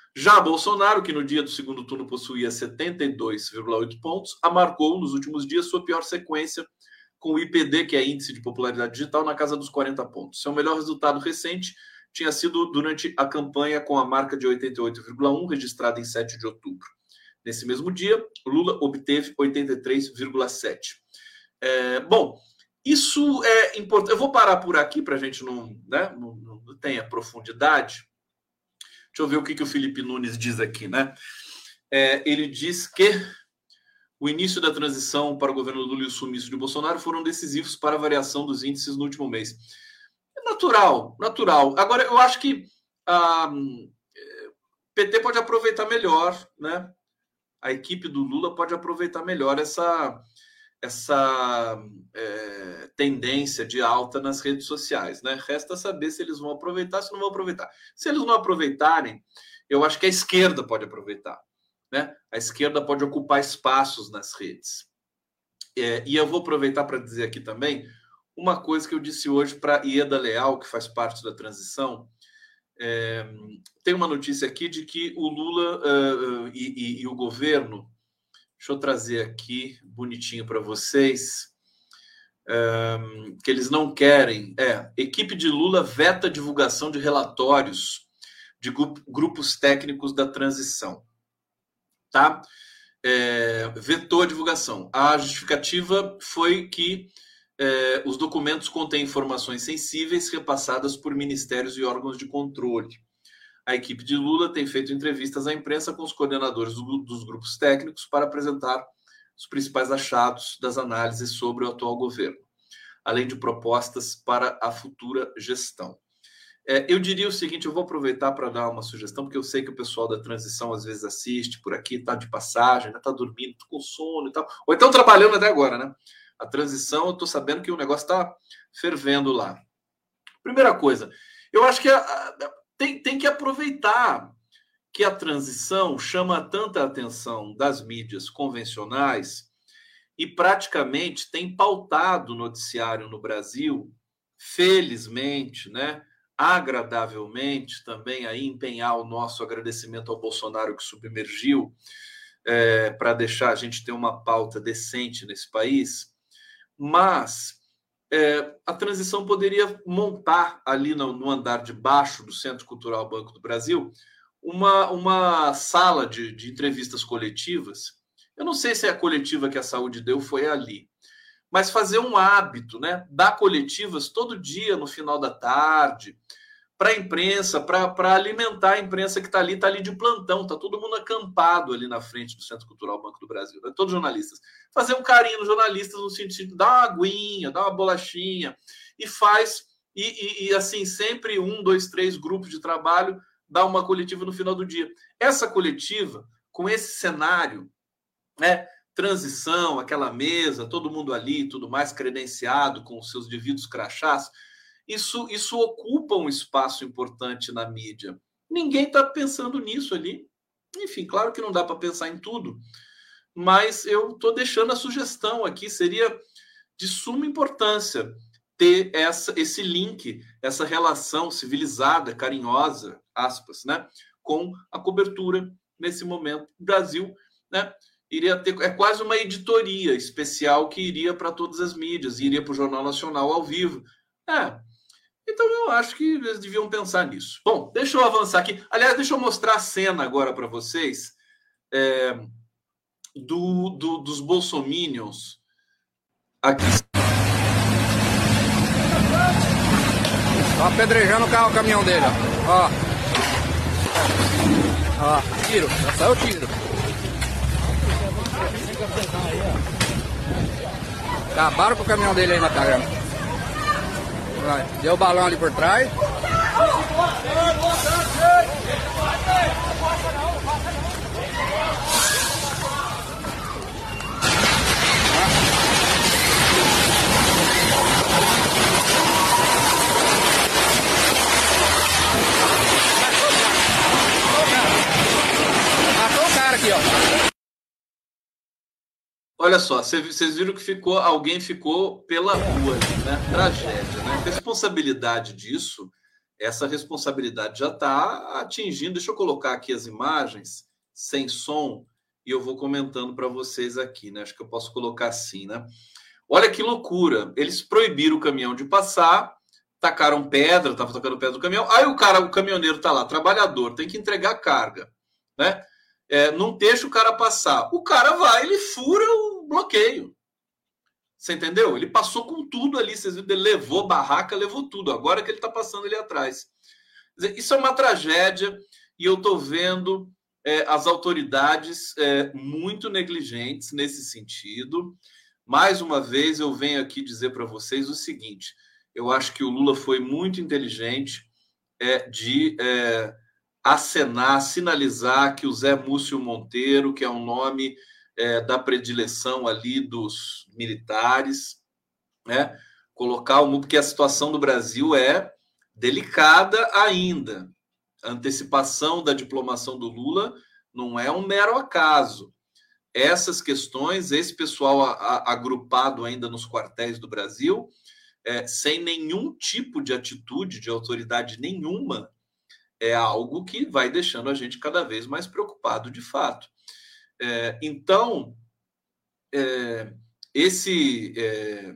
Já Bolsonaro, que no dia do segundo turno possuía setenta e dois vírgula oito pontos, amargou nos últimos dias sua pior sequência, com o I P D, que é Índice de Popularidade Digital, na casa dos quarenta pontos. Seu melhor resultado recente tinha sido durante a campanha com a marca de oitenta e oito vírgula um, registrada em sete de outubro. Nesse mesmo dia, Lula obteve oitenta e três vírgula sete. É, bom, isso é importante. Eu vou parar por aqui para a gente não, né, não, não tenha profundidade. Deixa eu ver o que, que o Felipe Nunes diz aqui, né? É, ele diz que o início da transição para o governo Lula e o sumiço de Bolsonaro foram decisivos para a variação dos índices no último mês. É natural, natural. Agora, eu acho que a P T pode aproveitar melhor, né? A equipe do Lula pode aproveitar melhor essa, essa é, tendência de alta nas redes sociais, né? Resta saber se eles vão aproveitar, se não vão aproveitar. Se eles não aproveitarem, eu acho que a esquerda pode aproveitar, né? A esquerda pode ocupar espaços nas redes. É, e eu vou aproveitar para dizer aqui também uma coisa que eu disse hoje para Ieda Leal, que faz parte da transição. É, tem uma notícia aqui de que o Lula uh, uh, e, e, e o governo, deixa eu trazer aqui bonitinho para vocês, um, que eles não querem, é, equipe de Lula veta divulgação de relatórios de grupos técnicos da transição, tá? É, vetou a divulgação. A justificativa foi que É, os documentos contêm informações sensíveis repassadas por ministérios e órgãos de controle. A equipe de Lula tem feito entrevistas à imprensa com os coordenadores do, dos grupos técnicos para apresentar os principais achados das análises sobre o atual governo, além de propostas para a futura gestão. É, eu diria o seguinte, eu vou aproveitar para dar uma sugestão, porque eu sei que o pessoal da transição às vezes assiste por aqui, está de passagem, está dormindo, tá com sono e tal, ou então trabalhando até agora, né? A transição, eu estou sabendo que o negócio está fervendo lá. Primeira coisa, eu acho que a, a, tem, tem que aproveitar que a transição chama tanta atenção das mídias convencionais e praticamente tem pautado o noticiário no Brasil, felizmente, né, agradavelmente, também aí empenhar o nosso agradecimento ao Bolsonaro que submergiu é, para deixar a gente ter uma pauta decente nesse país. Mas é, a transição poderia montar ali no, no andar de baixo do Centro Cultural Banco do Brasil uma, uma sala de, de entrevistas coletivas. Eu não sei se a coletiva que a Saúde deu foi ali, mas fazer um hábito, né? Dar coletivas todo dia no final da tarde para a imprensa, para alimentar a imprensa que está ali, está ali de plantão, está todo mundo acampado ali na frente do Centro Cultural Banco do Brasil, né? Todos jornalistas. Fazer um carinho nos jornalistas no sentido de dar uma aguinha, dar uma bolachinha, e faz, e, e, e assim, sempre um, dois, três grupos de trabalho, dá uma coletiva no final do dia. Essa coletiva, com esse cenário, né? Transição, aquela mesa, todo mundo ali, tudo mais credenciado, com os seus devidos crachás, Isso, isso ocupa um espaço importante na mídia. Ninguém está pensando nisso ali. Enfim, claro que não dá para pensar em tudo, mas eu estou deixando a sugestão aqui. Seria de suma importância ter essa, esse link, essa relação civilizada, carinhosa, aspas, né, com a cobertura nesse momento. O Brasil, né, iria ter, é quase uma editoria especial que iria para todas as mídias, iria para o Jornal Nacional ao vivo. É. Então, eu acho que eles deviam pensar nisso. Bom, deixa eu avançar aqui. Aliás, deixa eu mostrar a cena agora para vocês é, do, do, dos bolsominions. Aqui. Tá apedrejando o carro, o caminhão dele, ó. Ó, tiro. Já saiu o tiro. Acabaram com o caminhão dele aí na caramba. Deu o balão ali por trás. Matou o cara aqui, ó. Olha só, vocês viram que ficou, alguém ficou pela rua, né? Tragédia, né? A responsabilidade disso essa responsabilidade já está atingindo. Deixa eu colocar aqui as imagens sem som e eu vou comentando para vocês aqui, né? Acho que eu posso colocar assim, né? Olha que loucura! Eles proibiram o caminhão de passar, tacaram pedra, estavam tacando pedra do caminhão. Aí o cara, o caminhoneiro está lá, trabalhador, tem que entregar carga, né? É, não deixa o cara passar. O cara vai, ele fura o bloqueio. Você entendeu? Ele passou com tudo ali, vocês viram, ele levou barraca, levou tudo. Agora que ele está passando ali atrás. Quer dizer, isso é uma tragédia e eu estou vendo é, as autoridades é, muito negligentes nesse sentido. Mais uma vez, eu venho aqui dizer para vocês o seguinte: eu acho que o Lula foi muito inteligente é, de é, acenar, sinalizar que o Zé Múcio Monteiro, que é um nome é, da predileção ali dos militares, né, colocar o porque a situação do Brasil é delicada ainda. A antecipação da diplomação do Lula não é um mero acaso. Essas questões, esse pessoal a, a, agrupado ainda nos quartéis do Brasil, é, sem nenhum tipo de atitude de autoridade nenhuma, é algo que vai deixando a gente cada vez mais preocupado de fato. É, então, é, esse, é,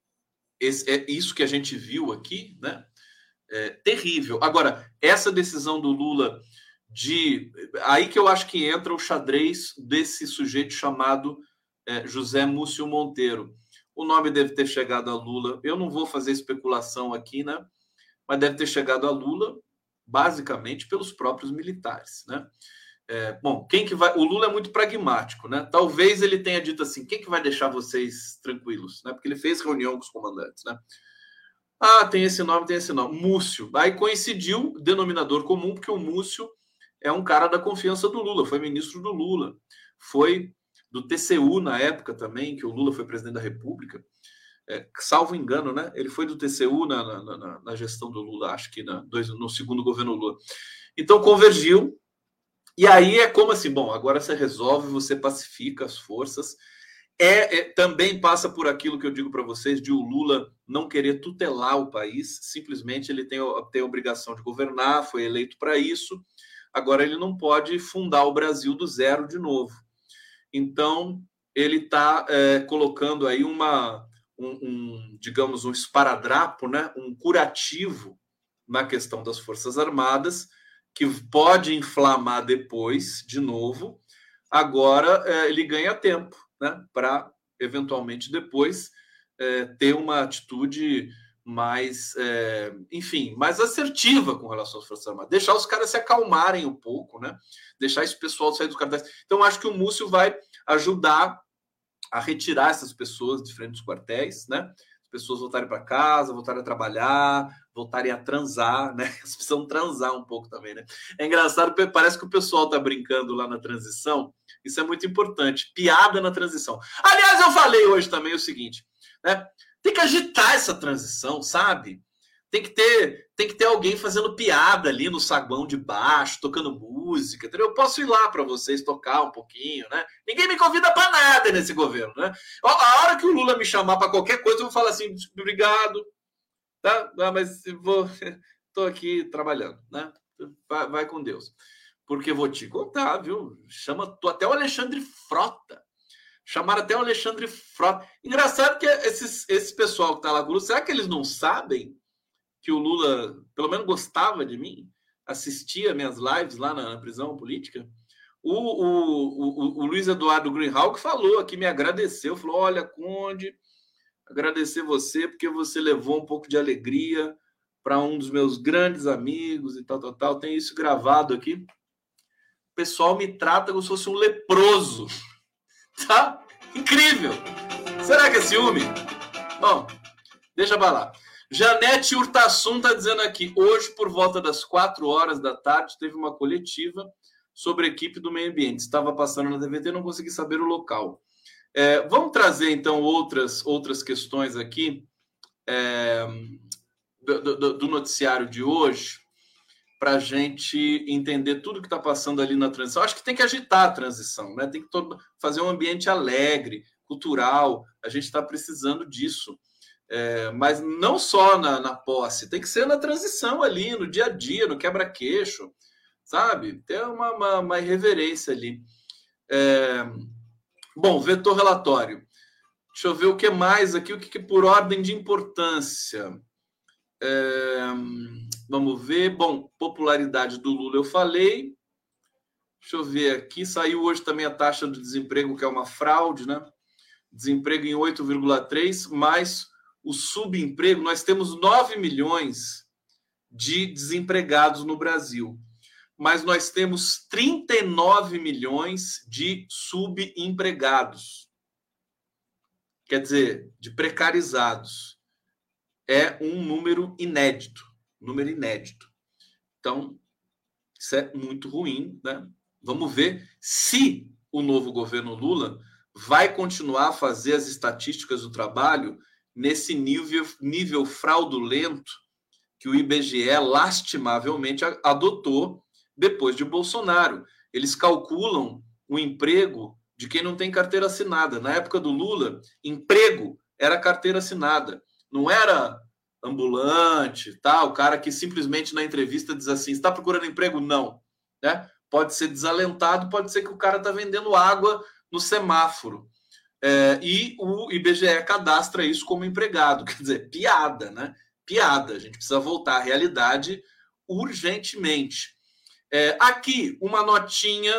esse, é isso que a gente viu aqui, né? É terrível. Agora, essa decisão do Lula de... Aí que eu acho que entra o xadrez desse sujeito chamado é, José Múcio Monteiro. O nome deve ter chegado a Lula. Eu não vou fazer especulação aqui, né? Mas deve ter chegado a Lula basicamente pelos próprios militares, né? É, bom, quem que vai... O Lula é muito pragmático, né? Talvez ele tenha dito assim: quem que vai deixar vocês tranquilos, né? Porque ele fez reunião com os comandantes, né? Ah, tem esse nome, tem esse nome, Múcio. Aí coincidiu, denominador comum, porque o Múcio é um cara da confiança do Lula, foi ministro do Lula, foi do T C U na época também, que o Lula foi presidente da República. É, salvo engano, né? Ele foi do T C U na, na, na, na gestão do Lula, acho que na, dois, no segundo governo Lula. Então convergiu. E aí é como assim, bom, agora você resolve, você pacifica as forças. É, é, também passa por aquilo que eu digo para vocês, de o Lula não querer tutelar o país, simplesmente ele tem, tem a obrigação de governar, foi eleito para isso, agora ele não pode fundar o Brasil do zero de novo. Então, ele está é, colocando aí uma, um, um, digamos, um esparadrapo, né? Um curativo na questão das Forças Armadas, que pode inflamar depois, de novo. Agora é, ele ganha tempo, né, para eventualmente depois é, ter uma atitude mais, é, enfim, mais assertiva com relação às Forças Armadas, deixar os caras se acalmarem um pouco, né, deixar esse pessoal sair dos quartéis. Então, acho que o Múcio vai ajudar a retirar essas pessoas de frente dos quartéis, né, as pessoas voltarem para casa, voltarem a trabalhar, voltarem a transar, né? Eles precisam transar um pouco também, né? É engraçado, parece que o pessoal tá brincando lá na transição. Isso é muito importante. Piada na transição. Aliás, eu falei hoje também o seguinte, né? Tem que agitar essa transição, sabe? Tem que ter, tem que ter alguém fazendo piada ali no saguão de baixo, tocando música, entendeu? Eu posso ir lá para vocês tocar um pouquinho, né? Ninguém me convida para nada nesse governo, né? A hora que o Lula me chamar para qualquer coisa, eu vou falar assim: obrigado, tá? Ah, mas vou, tô aqui trabalhando, né? Vai, vai com Deus. Porque vou te contar, viu? Chama até o Alexandre Frota. Chamaram até o Alexandre Frota. Engraçado que esses, esse pessoal que tá lá com o Lula, será que eles não sabem que o Lula, pelo menos, gostava de mim? Assistia minhas lives lá na, na prisão política? O, o, o, o Luiz Eduardo Greenhalgh falou aqui, me agradeceu. Falou: olha, Conde, agradecer você porque você levou um pouco de alegria para um dos meus grandes amigos e tal, tal, tal. Tem isso gravado aqui. O pessoal me trata como se fosse um leproso. Tá? Incrível! Será que é ciúme? Bom, deixa pra lá. Janete Urtasun está dizendo aqui: hoje, por volta das quatro horas da tarde, teve uma coletiva sobre a equipe do meio ambiente. Estava passando na T V T, não consegui saber o local. É, vamos trazer, então, outras, outras questões aqui é, do, do, do noticiário de hoje, para a gente entender tudo que está passando ali na transição. Acho que tem que agitar a transição, né? Tem que todo, fazer um ambiente alegre, cultural. A gente está precisando disso. É, mas não só na, na posse, tem que ser na transição ali, no dia a dia, no quebra-queixo, sabe? Tem uma, uma, uma irreverência ali. É, bom, vetor relatório. Deixa eu ver o que mais aqui, o que, que por ordem de importância. É, vamos ver. Bom, popularidade do Lula eu falei. Deixa eu ver aqui. Saiu hoje também a taxa do desemprego, que é uma fraude, né? Desemprego em oito vírgula três, mais o subemprego. Nós temos nove milhões de desempregados no Brasil, mas nós temos trinta e nove milhões de subempregados. Quer dizer, de precarizados. É um número inédito, número inédito. Então, isso é muito ruim, né? Vamos ver se o novo governo Lula vai continuar a fazer as estatísticas do trabalho nesse nível, nível fraudulento que o I B G E lastimavelmente adotou depois de Bolsonaro. Eles calculam o emprego de quem não tem carteira assinada. Na época do Lula, emprego era carteira assinada. Não era ambulante, tá? O cara que simplesmente na entrevista diz assim, está procurando emprego? Não. Né? Pode ser desalentado, pode ser que o cara está vendendo água no semáforo. É, e o I B G E cadastra isso como empregado. Quer dizer, piada, né? Piada. A gente precisa voltar à realidade urgentemente. É, aqui, uma notinha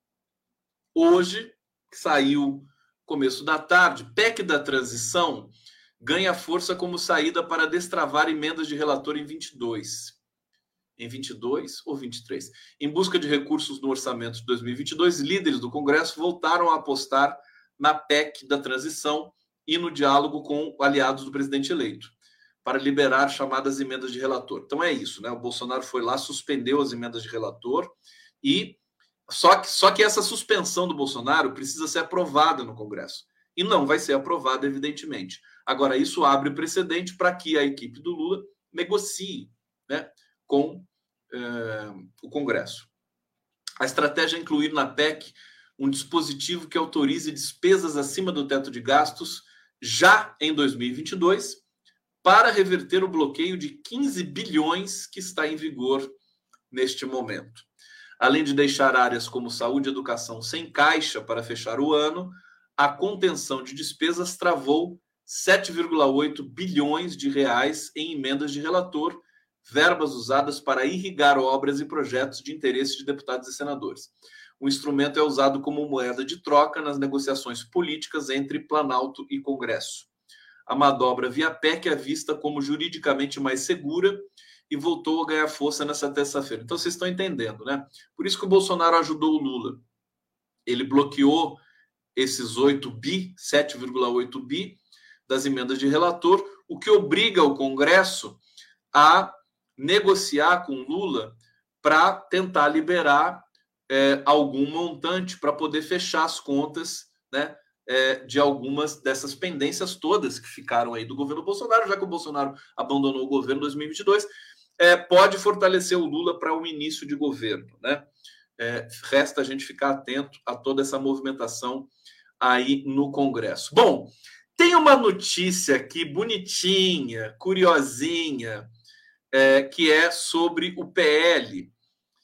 hoje, que saiu começo da tarde, P E C da transição ganha força como saída para destravar emendas de relator em vinte e dois. Em vinte e dois ou vinte e três? Em busca de recursos no orçamento de dois mil e vinte e dois, líderes do Congresso voltaram a apostar na P E C da transição e no diálogo com aliados do presidente eleito, para liberar chamadas emendas de relator. Então é isso, né? O Bolsonaro foi lá, suspendeu as emendas de relator e só que, só que essa suspensão do Bolsonaro precisa ser aprovada no Congresso. E não vai ser aprovada, evidentemente. Agora, isso abre precedente para que a equipe do Lula negocie, né, com eh, o Congresso. A estratégia é incluir na P E C um dispositivo que autorize despesas acima do teto de gastos já em dois mil e vinte e dois para reverter o bloqueio de quinze bilhões que está em vigor neste momento. Além de deixar áreas como saúde e educação sem caixa para fechar o ano, a contenção de despesas travou sete vírgula oito bilhões de reais em emendas de relator, verbas usadas para irrigar obras e projetos de interesse de deputados e senadores. O instrumento é usado como moeda de troca nas negociações políticas entre Planalto e Congresso. A manobra via P E C é vista como juridicamente mais segura e voltou a ganhar força nessa terça-feira. Então, vocês estão entendendo, né? Por isso que o Bolsonaro ajudou o Lula. Ele bloqueou esses oito bi, sete vírgula oito bi das emendas de relator, o que obriga o Congresso a negociar com Lula para tentar liberar é, algum montante para poder fechar as contas, né, é, de algumas dessas pendências todas que ficaram aí do governo Bolsonaro, já que o Bolsonaro abandonou o governo em dois mil e vinte e dois, é, pode fortalecer o Lula para o início de governo, né? É, resta a gente ficar atento a toda essa movimentação aí no Congresso. Bom, tem uma notícia aqui bonitinha, curiosinha, é, que é sobre o P L.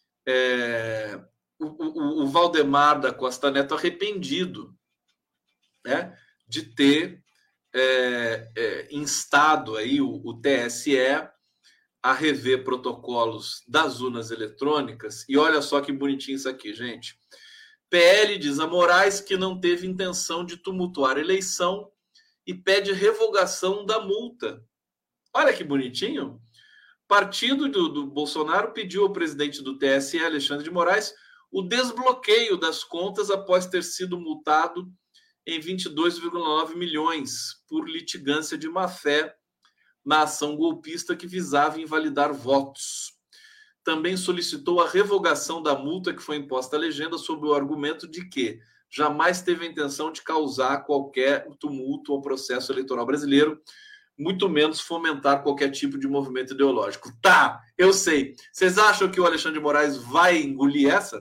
É, o, o, o Valdemar da Costa Neto arrependido, né, de ter é, é, instado aí o, o T S E a rever protocolos das urnas eletrônicas. E olha só que bonitinho isso aqui, gente. P L diz a Moraes que não teve intenção de tumultuar a eleição e pede revogação da multa. Olha que bonitinho. Partido do, do Bolsonaro pediu ao presidente do T S E, Alexandre de Moraes, o desbloqueio das contas após ter sido multado em vinte e dois vírgula nove milhões por litigância de má-fé na ação golpista que visava invalidar votos. Também solicitou a revogação da multa que foi imposta à legenda sob o argumento de que jamais teve a intenção de causar qualquer tumulto ao processo eleitoral brasileiro, muito menos fomentar qualquer tipo de movimento ideológico. Tá, eu sei. Vocês acham que o Alexandre de Moraes vai engolir essa?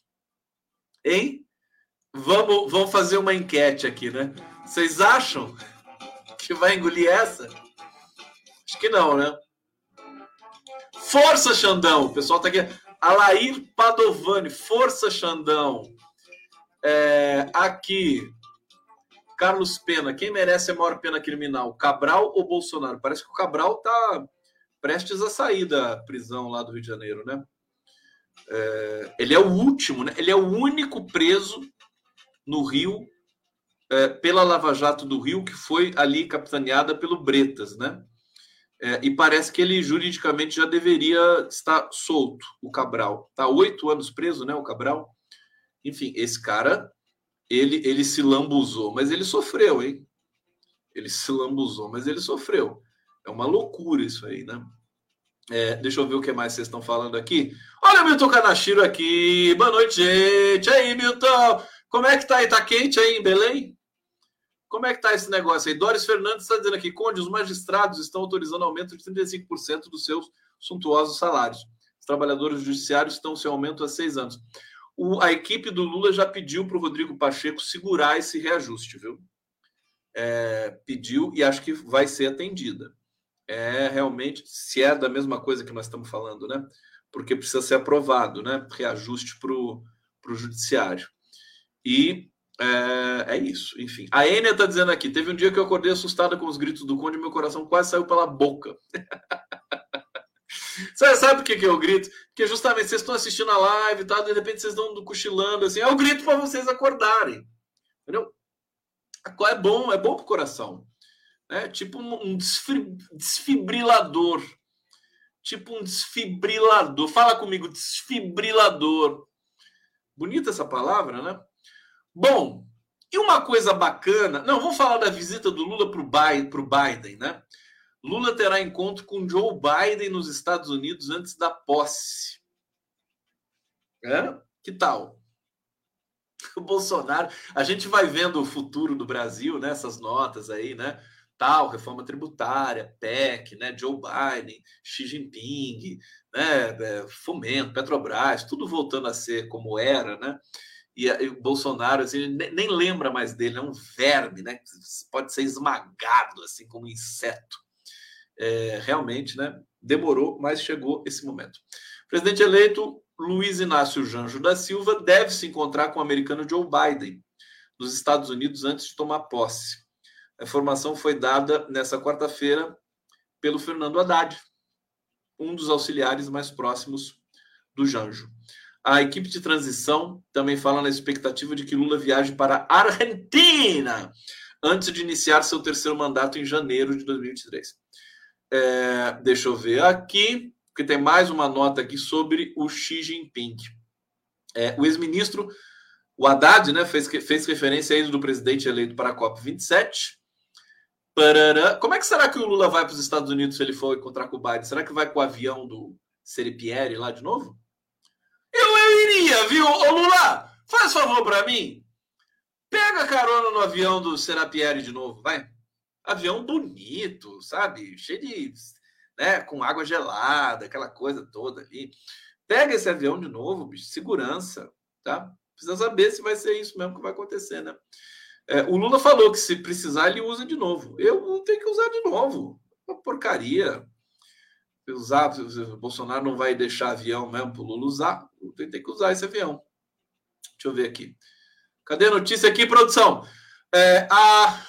Hein? Vamos, vamos fazer uma enquete aqui, né? Vocês acham que vai engolir essa? Acho que não, né? Força, Xandão! O pessoal tá aqui. Alair Padovani, força, Xandão! É, aqui, Carlos Pena, quem merece a maior pena criminal, Cabral ou Bolsonaro? Parece que o Cabral tá prestes a sair da prisão lá do Rio de Janeiro, né? É, ele é o último, né? Ele é o único preso no Rio, é, pela Lava Jato do Rio, que foi ali capitaneada pelo Bretas, né? É, e parece que ele juridicamente já deveria estar solto, o Cabral. Está oito anos preso, né, o Cabral? Enfim, esse cara, ele, ele se lambuzou, mas ele sofreu, hein? Ele se lambuzou, mas ele sofreu. É uma loucura isso aí, né? É, deixa eu ver o que mais vocês estão falando aqui. Olha o Milton Kanashiro aqui. Boa noite, gente. E aí, Milton? Como é que tá aí? Tá quente aí em Belém? Como é que tá esse negócio aí? Doris Fernandes está dizendo aqui, Conde, os magistrados estão autorizando aumento de trinta e cinco por cento dos seus suntuosos salários. Os trabalhadores judiciários estão sem aumento há seis anos. O, a equipe do Lula já pediu para o Rodrigo Pacheco segurar esse reajuste, viu? É, pediu e acho que vai ser atendida. É realmente, se é da mesma coisa que nós estamos falando, né? Porque precisa ser aprovado, né? Reajuste para o judiciário. E É, é isso, enfim. A Enia está dizendo aqui, teve um dia que eu acordei assustada com os gritos do Conde e meu coração quase saiu pela boca. Você sabe por que, que eu grito? Porque justamente vocês estão assistindo a live e tal, de repente vocês estão cochilando, assim, eu grito para vocês acordarem. Entendeu? É bom, é bom pro coração. É tipo um desfibrilador. Tipo um desfibrilador. Fala comigo, desfibrilador. Bonita essa palavra, né? Bom, e uma coisa bacana... Não, vamos falar da visita do Lula para o Biden, né? Lula terá encontro com Joe Biden nos Estados Unidos antes da posse. É? Que tal? O Bolsonaro... A gente vai vendo o futuro do Brasil, né? Essas notas aí, né? Tal, reforma tributária, P E C, né? Joe Biden, Xi Jinping, né? Fomento, Petrobras, tudo voltando a ser como era, né? E, e o Bolsonaro, assim, nem, nem lembra mais dele, é um verme, né? Pode ser esmagado, assim, como um inseto. É, realmente, né? Demorou, mas chegou esse momento. O presidente eleito, Luiz Inácio Janjo da Silva, deve se encontrar com o americano Joe Biden nos Estados Unidos antes de tomar posse. A informação foi dada nessa quarta-feira pelo Fernando Haddad, um dos auxiliares mais próximos do Janjo. A equipe de transição também fala na expectativa de que Lula viaje para a Argentina antes de iniciar seu terceiro mandato em janeiro de dois mil e vinte e três. É, deixa eu ver aqui, porque tem mais uma nota aqui sobre o Xi Jinping. É, o ex-ministro, o Haddad, né, fez, fez referência a ele do presidente eleito para a COP vinte e sete. Parará. Como é que será que o Lula vai para os Estados Unidos se ele for encontrar com o Biden? Será que vai com o avião do Seripieri lá de novo? Eu, eu iria, viu? Ô Lula, faz favor para mim. Pega carona no avião do Serapieri de novo, vai. Avião bonito, sabe? Cheio de... né, com água gelada, aquela coisa toda ali. Pega esse avião de novo, bicho. Segurança, tá? Precisa saber se vai ser isso mesmo que vai acontecer, né? É, o Lula falou que se precisar ele usa de novo. Eu não tenho que usar de novo. Uma porcaria. Usar, o Bolsonaro não vai deixar avião mesmo para o Lula usar. Tem que usar esse avião. Deixa eu ver aqui. Cadê a notícia aqui, produção? É, a...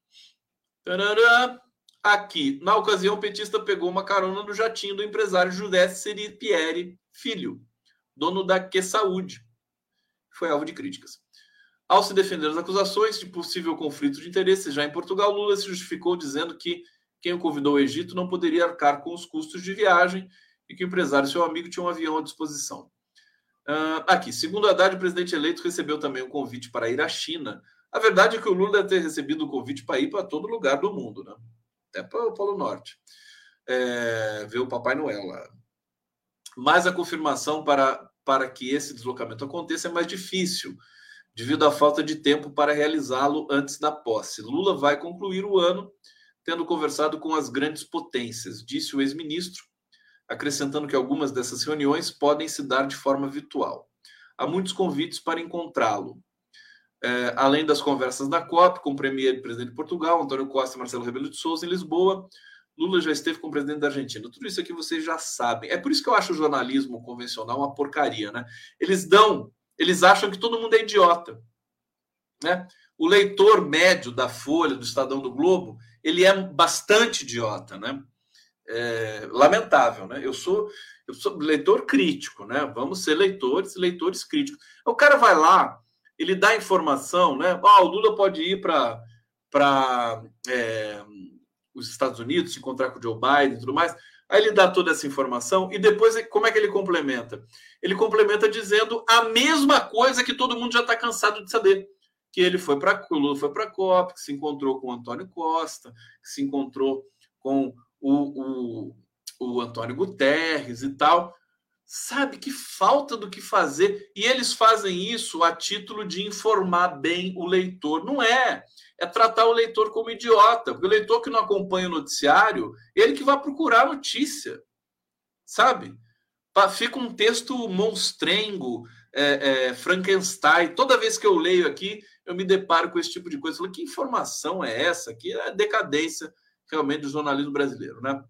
Aqui, na ocasião, o petista pegou uma carona no jatinho do empresário José Seripieri Filho, dono da Que Saúde. Foi alvo de críticas. Ao se defender das acusações de possível conflito de interesses já em Portugal, Lula se justificou dizendo que quem o convidou ao Egito não poderia arcar com os custos de viagem e que o empresário e seu amigo tinham um avião à disposição. Uh, aqui, segundo Haddad, o presidente eleito recebeu também um convite para ir à China. A verdade é que o Lula deve ter recebido o convite para ir para todo lugar do mundo, né? Até para o Polo Norte. É, ver o Papai Noel lá. Mas a confirmação para, para que esse deslocamento aconteça é mais difícil, devido à falta de tempo para realizá-lo antes da posse. Lula vai concluir o ano tendo conversado com as grandes potências, disse o ex-ministro, acrescentando que algumas dessas reuniões podem se dar de forma virtual. Há muitos convites para encontrá-lo. É, além das conversas da COP, com o premier e presidente de Portugal, António Costa e Marcelo Rebelo de Sousa, em Lisboa, Lula já esteve como presidente da Argentina. Tudo isso aqui vocês já sabem. É por isso que eu acho o jornalismo convencional uma porcaria, né? Eles dão, eles acham que todo mundo é idiota, né? O leitor médio da Folha, do Estadão, do Globo, ele é bastante idiota, né? É, lamentável, né? Eu sou, eu sou leitor crítico, né? Vamos ser leitores, leitores críticos. O cara vai lá, ele dá informação, né? Oh, o Lula pode ir para para é, os Estados Unidos, se encontrar com o Joe Biden e tudo mais. Aí ele dá toda essa informação e depois como é que ele complementa? Ele complementa dizendo a mesma coisa que todo mundo já está cansado de saber. Que ele foi para o Lula foi para a COP, que se encontrou com o Antônio Costa, que se encontrou com o, o, o Antônio Guterres e tal. Sabe, que falta do que fazer. E eles fazem isso a título de informar bem o leitor. Não é. É tratar o leitor como idiota. Porque o leitor que não acompanha o noticiário, ele que vai procurar a notícia. Sabe? Fica um texto monstrengo, é, é, Frankenstein. Toda vez que eu leio aqui, eu me deparo com esse tipo de coisa. Eu falo, que informação é essa? Que é a decadência realmente do jornalismo brasileiro, né?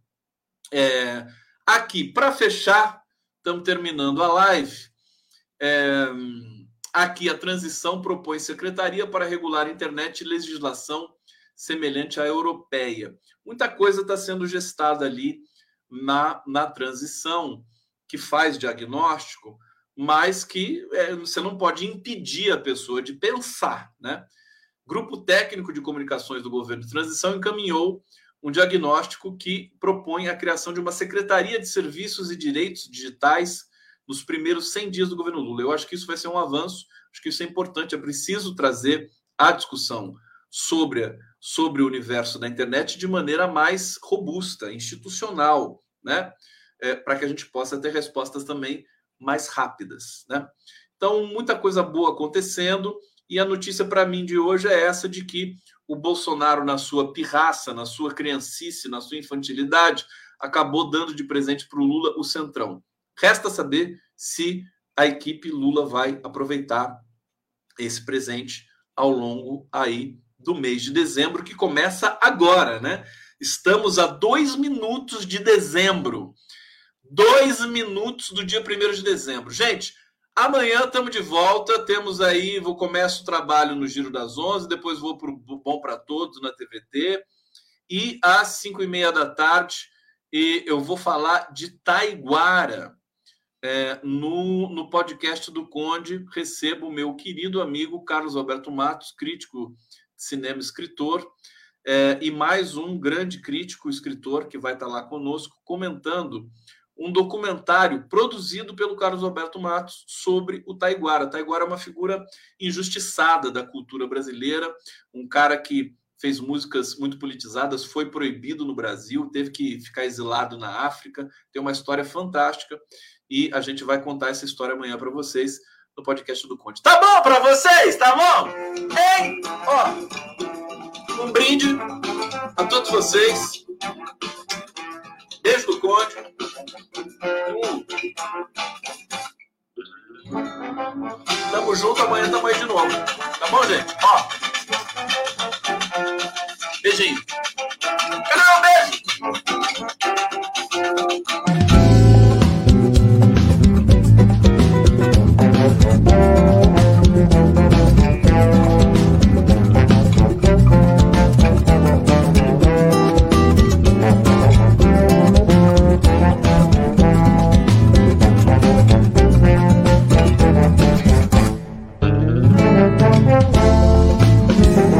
É, aqui, para fechar, estamos terminando a live. É, aqui, a transição propõe secretaria para regular a internet e legislação semelhante à europeia. Muita coisa está sendo gestada ali na, na transição, que faz diagnóstico, mas que é, você não pode impedir a pessoa de pensar, né? Grupo Técnico de Comunicações do Governo de Transição encaminhou um diagnóstico que propõe a criação de uma Secretaria de Serviços e Direitos Digitais nos primeiros cem dias do governo Lula. Eu acho que isso vai ser um avanço, acho que isso é importante, é preciso trazer a discussão sobre, sobre o universo da internet de maneira mais robusta, institucional, né? É, para que a gente possa ter respostas também mais rápidas, né? Então, muita coisa boa acontecendo, e a notícia para mim de hoje é essa, de que o Bolsonaro, na sua pirraça, na sua criancice, na sua infantilidade, acabou dando de presente para o Lula o Centrão. Resta saber se a equipe Lula vai aproveitar esse presente ao longo aí do mês de dezembro, que começa agora, né? Estamos a dois minutos de dezembro. Dois minutos do dia primeiro de dezembro. Gente, amanhã estamos de volta. Temos aí, vou começo o trabalho no Giro das onze, depois vou para o Bom para Todos na T V T. E às cinco e meia da tarde, e eu vou falar de Taiguara. É, no, no podcast do Conde, recebo o meu querido amigo Carlos Alberto Matos, crítico de cinema e escritor, é, e mais um grande crítico escritor que vai estar lá conosco comentando um documentário produzido pelo Carlos Alberto Matos sobre o Taiguara. Taiguara é uma figura injustiçada da cultura brasileira, um cara que fez músicas muito politizadas, foi proibido no Brasil, teve que ficar exilado na África, tem uma história fantástica, e a gente vai contar essa história amanhã para vocês no podcast do Conde. Tá bom para vocês? Tá bom? Hein? Ó, um brinde a todos vocês. Beijo do Conde. Hum. Tamo junto, amanhã tamo aí de novo. Tá bom, gente? Ó. Beijinho. Cadê o beijo? Thank you.